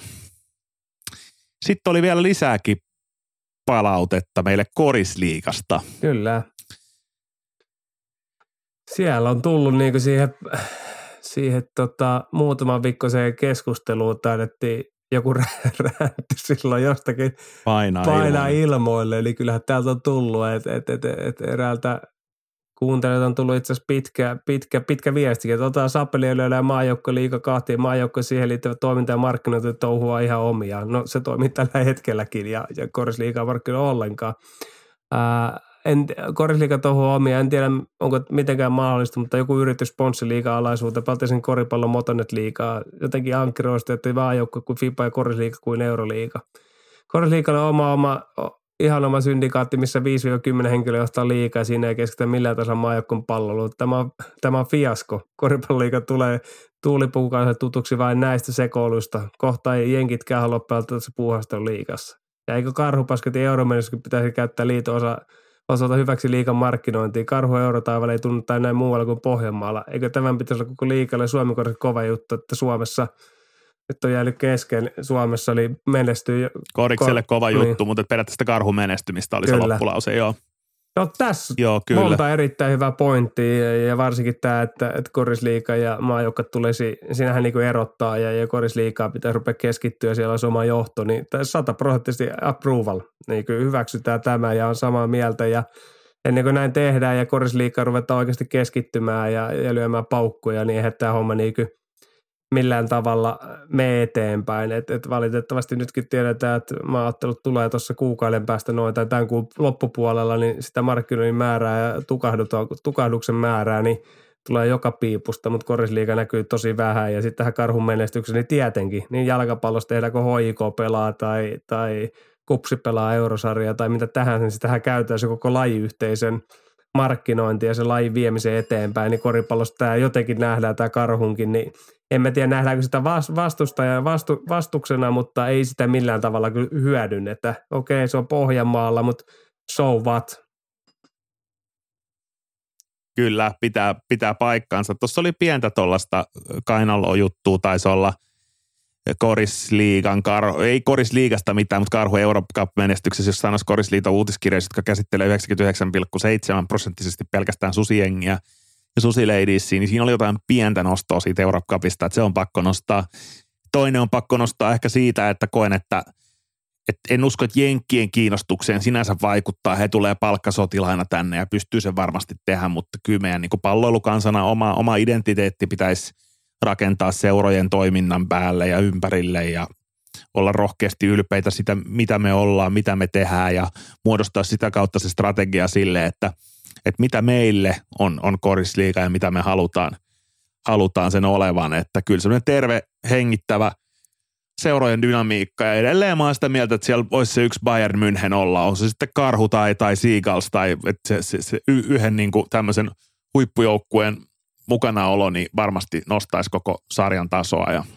Sitten oli vielä lisääkin palautetta meille Korisliigasta. Kyllä. Siellä on tullut niinku siihen, siihen tota, muutaman viikkoiseen keskusteluun taidettiin joku räntti silloin jostakin painaa, painaa ilmoille. ilmoille. Eli kyllähän täältä on tullut, että et, et, et eräältä kuuntelijoilta on tullut itse asiassa pitkä, pitkä, pitkä viestikin, että otetaan Sapeliöillä ja Maajoukkoliiga kahtiin. Maajoukko siihen liittyvä toiminta ja markkinointi touhua ihan omiaan. No se toimii tällä hetkelläkin ja, ja Korisliigaa markkinoilla ollenkaan. Ää, en, Korisliiga touhua omiaan, en tiedä onko mitenkään mahdollista, mutta joku yritys sponssiliiga alaisuuteen, Paltisen koripallon Motonet-liigaa, jotenkin ankkiroisti, että Maajoukko kuin FIBA ja Korisliiga kuin Euroliiga. Korisliigalla on oma, oma ihan oma syndikaatti, missä viisi kymmenen henkilöä johtaa liikaa ja siinä ei keskitytä millään tasolla maajoukkueen palveluun. Tämä on, tämä on fiasko. Koripalloliiga tulee tuulipuukansa tutuksi vain näistä sekoiluista. Kohta ei jenkitkään halua pelata tässä puuhastelun liigassa. Ja eikö karhupaskat ja euromennyskin pitäisi käyttää liiton osa, osalta hyväksi liigan markkinointiin? Karhu eurotaivaalla ei tunnu tai näin muualla kuin Pohjanmaalla. Eikö tämän pitäisi olla koko liikalle Suomi-korissa kova juttu, että Suomessa nyt on jäänyt kesken. Suomessa oli menestyy. Korikselle Ko- kova niin. juttu, mutta periaatteessa karhun menestymistä oli kyllä se loppulause, joo. No tässä joo, kyllä. monta erittäin hyvää pointtia ja varsinkin tämä, että, että Korisliiga ja maajoukka tulisi, siinähän niin kuin erottaa ja, ja Korisliigaa pitää rupea keskittyä, siellä on oma johto, niin sataprosenttisesti approval, niin kuin hyväksytään tämä ja on samaa mieltä ja ennen kuin näin tehdään ja Korisliigaa ruvetaan oikeasti keskittymään ja, ja lyömään paukkuja, niin eihän tämä homma niin kuin millään tavalla mene eteenpäin. Et, et valitettavasti nytkin tiedetään, että maaottelut tulee tuossa kuukauden päästä noin tai tämän kuun loppupuolella, niin sitä markkinoinnin määrää ja tukahduksen määrää, niin tulee joka piipusta, mutta Korisliiga näkyy tosi vähän ja sitten tähän karhun menestykseen, niin tietenkin, niin jalkapallossa tehdään, kun H I K pelaa tai, tai Kupsi pelaa eurosarjaa tai mitä tähän, niin sitähän käytetään se koko lajiyhteisön markkinointi ja se lajin viemisen eteenpäin, niin koripallossa tämä jotenkin nähdään, tämä karhunkin, niin en mä tiedä nähdäänkö sitä vastusta ja vastu, vastuksena, mutta ei sitä millään tavalla kyllä hyödynnetä. Okei, se on Pohjanmaalla, mutta so what? Kyllä, pitää, pitää paikkaansa. Tuossa oli pientä tuollaista kainaloa juttua, taisi olla Korisliigan, Kar- ei Korisliigasta mitään, mutta Karhu Europe Cup-menestyksessä, jos sanoisi Korisliiton uutiskirjoissa, jotka käsittelee yhdeksänkymmentäyhdeksän pilkku seitsemän prosenttisesti pelkästään susijengiä ja susileidisiä, niin siinä oli jotain pientä nostoa siitä Europe Cupista, että se on pakko nostaa. Toinen on pakko nostaa ehkä siitä, että koen, että, että en usko, että jenkkien kiinnostukseen sinänsä vaikuttaa. He tulee palkkasotilaina tänne ja pystyy sen varmasti tehdä, mutta kyllä meidän niin kuin palloilukansana oma, oma identiteetti pitäisi rakentaa seurojen toiminnan päälle ja ympärille ja olla rohkeasti ylpeitä sitä, mitä me ollaan, mitä me tehdään ja muodostaa sitä kautta se strategia sille, että, että mitä meille on, on Korisliiga ja mitä me halutaan, halutaan sen olevan. Että kyllä semmoinen terve, hengittävä seurojen dynamiikka ja edelleen mä oon sitä mieltä, että siellä voisi se yksi Bayern München olla, on se sitten Karhu tai, tai Seagulls tai että se, se, se yhden niin kuin tämmöisen huippujoukkueen mukanaolo, niin varmasti nostaisi koko sarjan tasoa ja,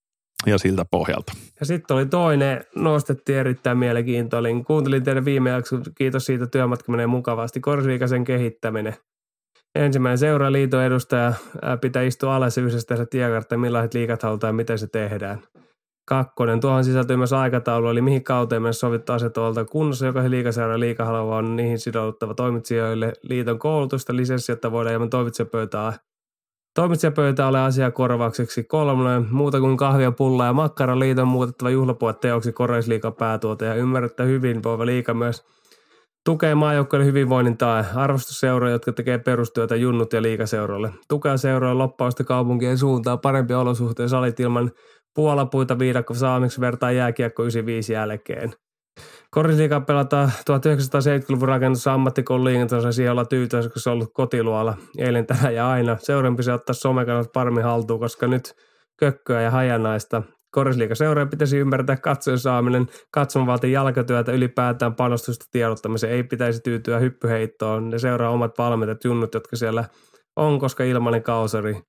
ja siltä pohjalta. Ja sitten oli toinen, nostettiin erittäin mielenkiintoinen. Kuuntelin teidän viime jakson, kiitos siitä, työmatka menee mukavasti. Korisliigasen kehittäminen. Ensimmäinen seuraliiton edustaja pitää istua alas yhdessä tehdä tiekartta, millaiset liigat halutaan ja miten se tehdään. Kakkonen, tuohon sisältyy myös aikataulu, eli mihin kauteen mennessä sovittu asiat olta kunnossa, jokaisen liigaseura ja liigahalua on niihin sidouduttava toimitsijoille liiton koulutusta, lisenssi, jotta voidaan ilman toimitsijapöytää Toimitsijapöytä ole asiaa korvaukseksi. Kolmonen, muuta kuin kahvia, pullaa ja makkara liiton muutettava juhlapuheteoksi Korisliigan päätuote ja ymmärrettä hyvinvoiva liiga myös tukee maajoukkojen hyvinvoinnin tae. Arvostusseuroja, jotka tekee perustyötä junnut ja liigaseuroille. Tukea seuroja loppausta kaupunkien suuntaan parempia olosuhteita salit ilman puolapuita viidakko saamiksi vertaa jääkiekko yhdeksänkymmentäviisi jälkeen. Korisliigaa pelataan tuhatyhdeksänsataaseitsemänkymmentäluvun rakennussa ammattikoulun liikenteessä, siihen ollaan tyytyväisiä, kun se on ollut kotiluolla eilen, tänään ja aina. Seuran pitäisi ottaa somekannat paremmin haltuun, koska nyt kökköä ja hajanaista. Korisliigaseurojen pitäisi ymmärtää katsojen saaminen, katsomavaltin jalkatyötä, ylipäätään panostusta tiedottamiseen. Ei pitäisi tyytyä hyppyheittoon. Ne seuraa omat valmentajat junnut, jotka siellä on, koska ilmainen kausari.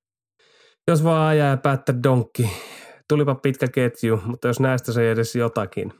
Jos vaan ajaa ja päättää donkki. Tulipa pitkä ketju, mutta jos näistä se ei edes jotakin.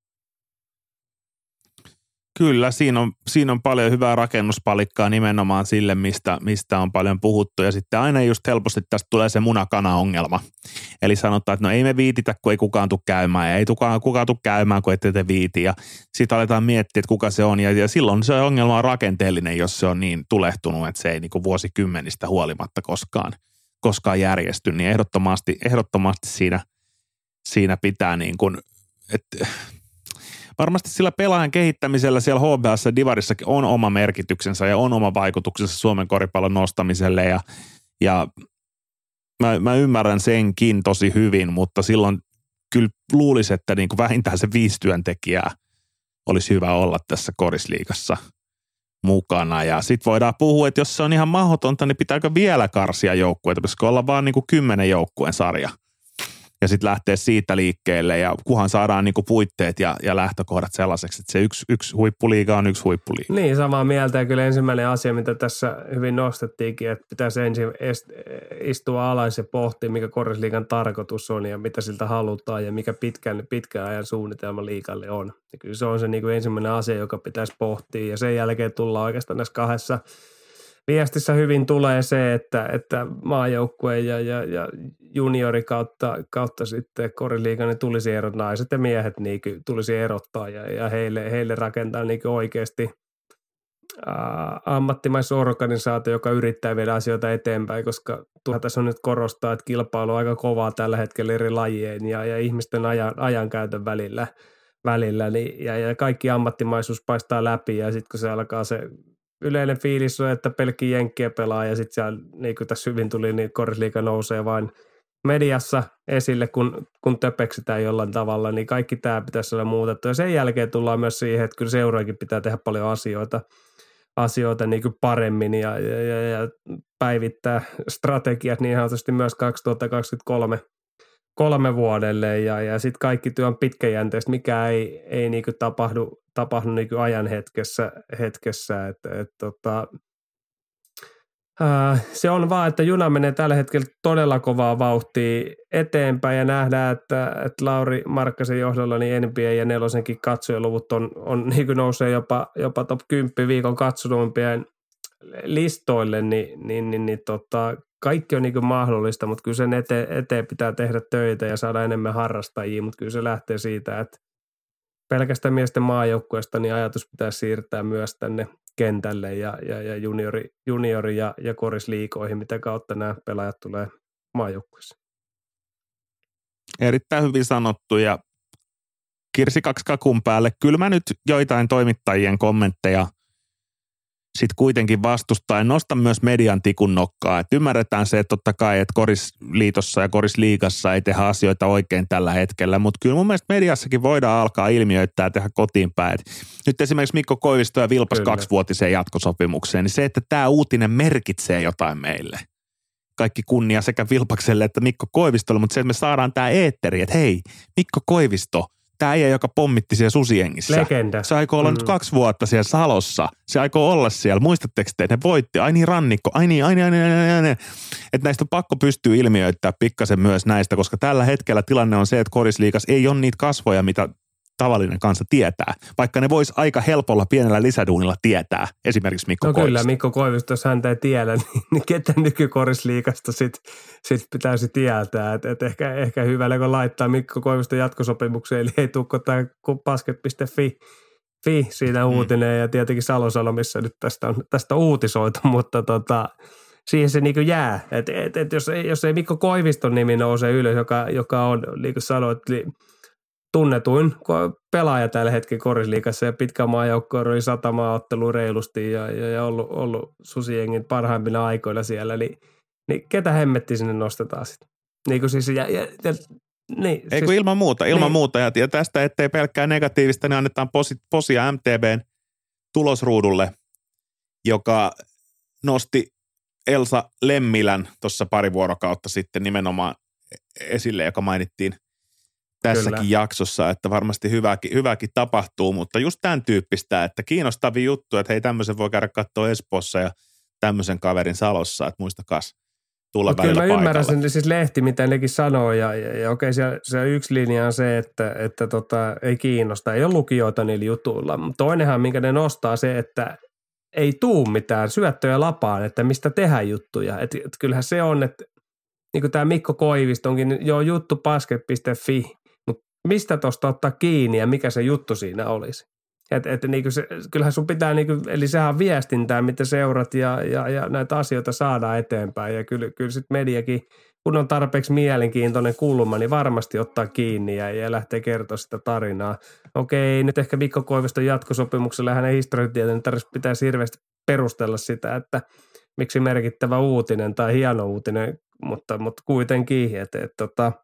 Kyllä, siinä on, siinä on paljon hyvää rakennuspalikkaa nimenomaan sille, mistä, mistä on paljon puhuttu. Ja sitten aina just helposti tästä tulee se munakana-ongelma. Eli sanotaan, että no ei me viititä, kun ei kukaan tule käymään. Ja ei kukaan, kukaan tule käymään, kun ette te viiti. Ja sitten aletaan miettiä, että kuka se on. Ja, ja silloin se ongelma on rakenteellinen, jos se on niin tulehtunut, että se ei niin kuin vuosikymmenistä huolimatta koskaan, koskaan järjesty. Niin ehdottomasti, ehdottomasti siinä, siinä pitää niin kuin, että varmasti sillä pelaajan kehittämisellä siellä H B S Divarissakin on oma merkityksensä ja on oma vaikutuksensa Suomen koripallon nostamiselle ja, ja mä, mä ymmärrän senkin tosi hyvin, mutta silloin kyllä luulisi, että niin kuin vähintään se viisi työntekijää olisi hyvä olla tässä Korisliigassa mukana ja sitten voidaan puhua, että jos se on ihan mahdotonta, niin pitääkö vielä karsia joukkueita, pitäisikö olla vaan niin kuin kymmenen joukkueen sarja. Ja sitten lähtee siitä liikkeelle ja kuhan saadaan niinku puitteet ja, ja lähtökohdat sellaiseksi, että se yksi, yksi huippuliiga on yksi huippuliiga. Niin, samaa mieltä ja kyllä ensimmäinen asia, mitä tässä hyvin nostettiinkin, että pitäisi ensin istua alas ja pohtia, mikä Korisliigan tarkoitus on ja mitä siltä halutaan ja mikä pitkän, pitkän ajan suunnitelma liigalle on. Ja kyllä se on se niinku ensimmäinen asia, joka pitäisi pohtia ja sen jälkeen tullaan oikeastaan näissä kahdessa viestissä hyvin tulee se, että, että maajoukkue ja, ja, ja juniori kautta, kautta sitten Korisliigan niin tulisi erot, naiset ja miehet niin tulisi erottaa ja, ja heille, heille rakentaa niin oikeasti ää, ammattimaisorganisaatio, joka yrittää viedä asioita eteenpäin, koska tuolla tässä on nyt korostaa, että kilpailu on aika kovaa tällä hetkellä eri lajien ja, ja ihmisten ajan, ajankäytön välillä, välillä niin, ja, ja kaikki ammattimaisuus paistaa läpi ja sitten kun se alkaa se yleinen fiilis on, että pelkki jenkkiä pelaa ja sitten siellä, niin kuin tässä hyvin tuli, niin Korisliiga nousee vain mediassa esille, kun, kun töpeksitään jollain tavalla, niin kaikki tämä pitäisi olla muutettu. Ja sen jälkeen tullaan myös siihen, että kyllä seuroikin pitää tehdä paljon asioita, asioita niin kuin paremmin ja, ja, ja, ja päivittää strategiat niin sanotusti myös kaksituhattakaksikymmentäkolme kolme vuodelle ja, ja sitten kaikki työ on pitkäjänteistä, mikä ei, ei niin kuin tapahdu, tapahdu niin kuin ajan hetkessä, hetkessä. Et, et, tota, ää, se on vaan, että juna menee tällä hetkellä todella kovaa vauhtia eteenpäin ja nähdään, että, että Lauri Markkasen johdolla niin N B A ja nelosenkin katsojaluvut on, on niin kuin nousee jopa, jopa top kymmenen viikon katsonuimpien listoille, niin, niin, niin, niin tota, kaikki on niin kuin mahdollista, mutta kyllä sen eteen, eteen pitää tehdä töitä ja saada enemmän harrastajia, mutta kyllä se lähtee siitä, että pelkästään miesten maajoukkueesta niin ajatus pitää siirtää myös tänne kentälle ja, ja, ja juniori, juniori ja, ja korisliigoihin, mitä kautta nämä pelaajat tulee maajoukkueessa. Erittäin hyvin sanottu ja kirsi kaksi kakun päälle. Kyllä mä nyt joitain toimittajien kommentteja sitten kuitenkin vastustaa. Nostan myös median tikun nokkaa. Et ymmärretään se, että totta kai, että korisliitossa ja korisliigassa ei tehdä asioita oikein tällä hetkellä, mutta kyllä mun mielestä mediassakin voidaan alkaa ilmiöittää ja tehdä kotiin päin. Et nyt esimerkiksi Mikko Koivisto ja Vilpas kyllä. kaksivuotiseen jatkosopimukseen, niin se, että tämä uutinen merkitsee jotain meille. Kaikki kunnia sekä Vilpakselle että Mikko Koivistolle, mutta se, että me saadaan tämä eetteri, että hei, Mikko Koivisto, tämä äijä, joka pommitti siellä susiengissä. Legenda. Se aikoo olla mm. nyt kaksi vuotta siellä Salossa. Se aikoo olla siellä. Muistatteko te, että ne voitti? Ai niin Rannikko, ai niin, ai niin, ai niin, ai niin. Että näistä on pakko pystyä ilmiöittämään pikkasen myös näistä, koska tällä hetkellä tilanne on se, että korisliigas ei ole niitä kasvoja, mitä tavallinen kansa tietää. Vaikka ne vois aika helpolla pienellä lisäduunilla tietää. Esimerkiksi Mikko no Koivisto. Kyllä, Mikko Koivisto, jos häntä ei tiedä, niin, niin ketä nykykorisliigasta sitten sit pitäisi tietää. Et, et ehkä, ehkä hyvällä, kun laittaa Mikko Koivisto jatkosopimukseen, eli ei tule tämä basket piste fi fi siinä uutinen, mm. ja tietenkin Salosanomissa nyt tästä on, tästä on uutisoitu, mutta tota, siihen se niin kuin jää. Et, et, et jos, ei, jos ei Mikko Koiviston nimi nouse ylös, joka, joka on, niin kuin sanoit, tunnetuin pelaaja tällä hetkellä korisliigassa ja pitkä maajoukkue oli sata maaottelua reilusti ja, ja, ja ollut, ollut susiengin parhaimpina aikoina siellä, niin, niin ketä hemmetti sinne nostetaan sitten? Niin siis, ja, ja, ja, niin, Ei siis, kun ilman muuta, ilman niin. muuta. Ja, ja tästä, ettei pelkkää negatiivista, niin annetaan posi, posia M T B:n tulosruudulle, joka nosti Elsa Lemmilän tuossa pari vuorokautta sitten nimenomaan esille, joka mainittiin tässäkin Kyllä. jaksossa, että varmasti hyväkin, hyväkin tapahtuu, mutta just tämän tyyppistä, että kiinnostavia juttuja, että hei tämmöisen voi käydä katsoa Espoossa ja tämmöisen kaverin Salossa, että muistakas tulla Mut välillä kyllä mä paikalle. ymmärrän sen siis lehti, mitä nekin sanoo ja, ja, ja okei se, se yksi linja on se, että, että tota, ei kiinnosta, ei ole lukijoita niillä jutuilla, mutta toinenhan, minkä ne nostaa se, että ei tuu mitään syöttöjä lapaan, että mistä tehdään juttuja, että et kyllähän se on, että niin kuin tämä Mikko Koivisto onkin jo juttu basket piste fi, mistä tuosta ottaa kiinni ja mikä se juttu siinä olisi. Et, et, niinku se, kyllähän sun pitää, niinku, eli sehän on viestintää, mitä seurat ja, ja, ja näitä asioita saadaan eteenpäin. Ja kyllä, kyllä sitten mediakin, kun on tarpeeksi mielenkiintoinen kulma, niin varmasti ottaa kiinni ja, ja lähtee kertoa sitä tarinaa. Okei, nyt ehkä Mikko Koiviston jatkosopimuksella hänen historiatieteen niin tarvitsisi pitää hirveästi perustella sitä, että miksi merkittävä uutinen tai hieno uutinen, mutta, mutta kuitenkin, että et, tota,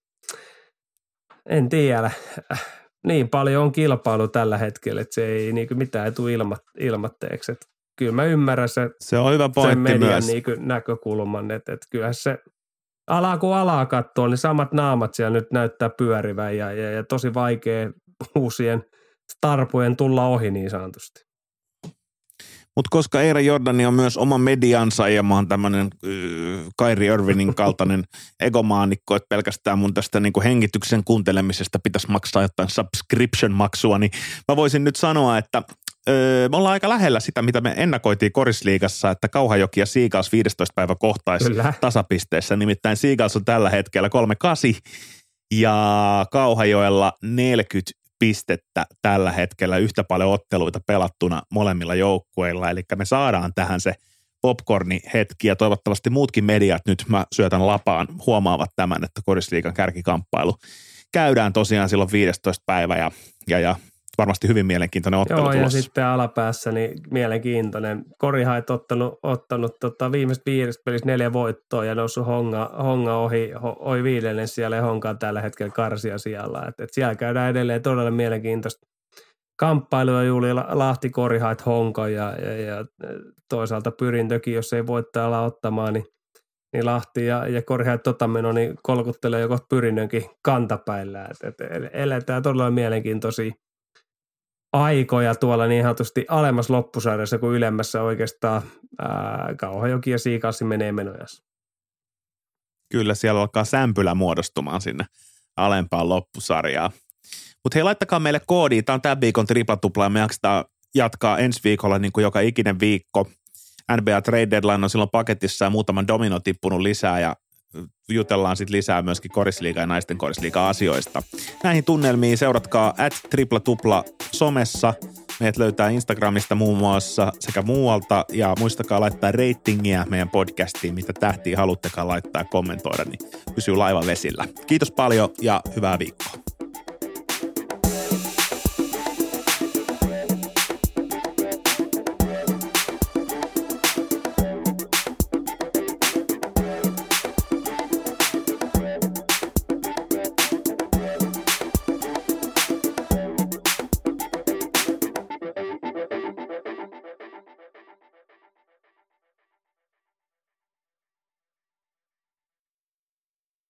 en tiedä. Niin paljon on kilpailu tällä hetkellä, että se ei niin kuin mitään tule ilma, ilmatteeksi. Että kyllä mä ymmärrän se, se on hyvä pointti median myös. Niin kuin näkökulman, että, että kyllähän se alaa kun alaa katsoo, niin samat naamat siellä nyt näyttää pyörivän ja, ja, ja tosi vaikea uusien starpujen tulla ohi niin sanotusti. Mutta koska Eira Jordani on myös oma mediansa ja mä oon tämmöinen äh, Kyrie Irvingin kaltainen egomaanikko, että pelkästään mun tästä niinku hengityksen kuuntelemisesta pitäisi maksaa jotain subscription-maksua, niin mä voisin nyt sanoa, että öö, me ollaan aika lähellä sitä, mitä me ennakoitiin Korisliigassa, että Kauhajoki ja Seagulls viidestoista päivä kohtaisi tasapisteessä. Nimittäin Seagulls on tällä hetkellä kolme kahdeksan ja Kauhajoella neljäkymmentä pistettä tällä hetkellä, yhtä paljon otteluita pelattuna molemmilla joukkueilla, eli me saadaan tähän se popcorni hetki ja toivottavasti muutkin mediat nyt, mä syötän lapaan, huomaavat tämän, että Korisliigan kärkikamppailu käydään tosiaan silloin viidestoista päivä ja, ja, ja varmasti hyvin mielenkiintoinen ottelu Joo, tulossa. Ja sitten alapäässä niin mielenkiintoinen. Korihait ottanut, ottanut tota, viimeiset viides pelissä neljä voittoa ja noussut honga, honga ohi, ho, ohi viidennen siellä ja honka on tällä hetkellä karsia sijalla. Et, et siellä käydään edelleen todella mielenkiintoista kamppailua Juuli Lahti, Korihait, Honka ja, ja, ja toisaalta Pyrintökin, jos ei voittaa ala ottamaan, niin, niin Lahti ja, ja Korihait tota meno, niin kolkuttelee joko Pyrinnönkin kantapäillä. Et, et eletään todella mielenkiintoisia aikoja tuolla niin sanotusti alemmas loppusarjassa kuin ylemmässä oikeastaan ää, Kauhajoki ja Seagulls menee menojassa. Kyllä, siellä alkaa sämpylä muodostumaan sinne alempaan loppusarjaan. Mutta hei, laittakaa meille koodi. Tämä on tämän viikon triplatupla ja me jaksetaan jatkaa ensi viikolla niin kuin joka ikinen viikko. N B A Trade Deadline on silloin paketissa ja muutaman domino tippunut lisää ja jutellaan sitten lisää myöskin korisliiga ja naisten korisliiga asioista. Näihin tunnelmiin seuratkaa at tripla tupla somessa. Meidät löytää Instagramista muun muassa sekä muualta ja muistakaa laittaa ratingia meidän podcastiin, mitä tähtiä haluttekaan laittaa ja kommentoida, niin pysyy laiva vesillä. Kiitos paljon ja hyvää viikkoa.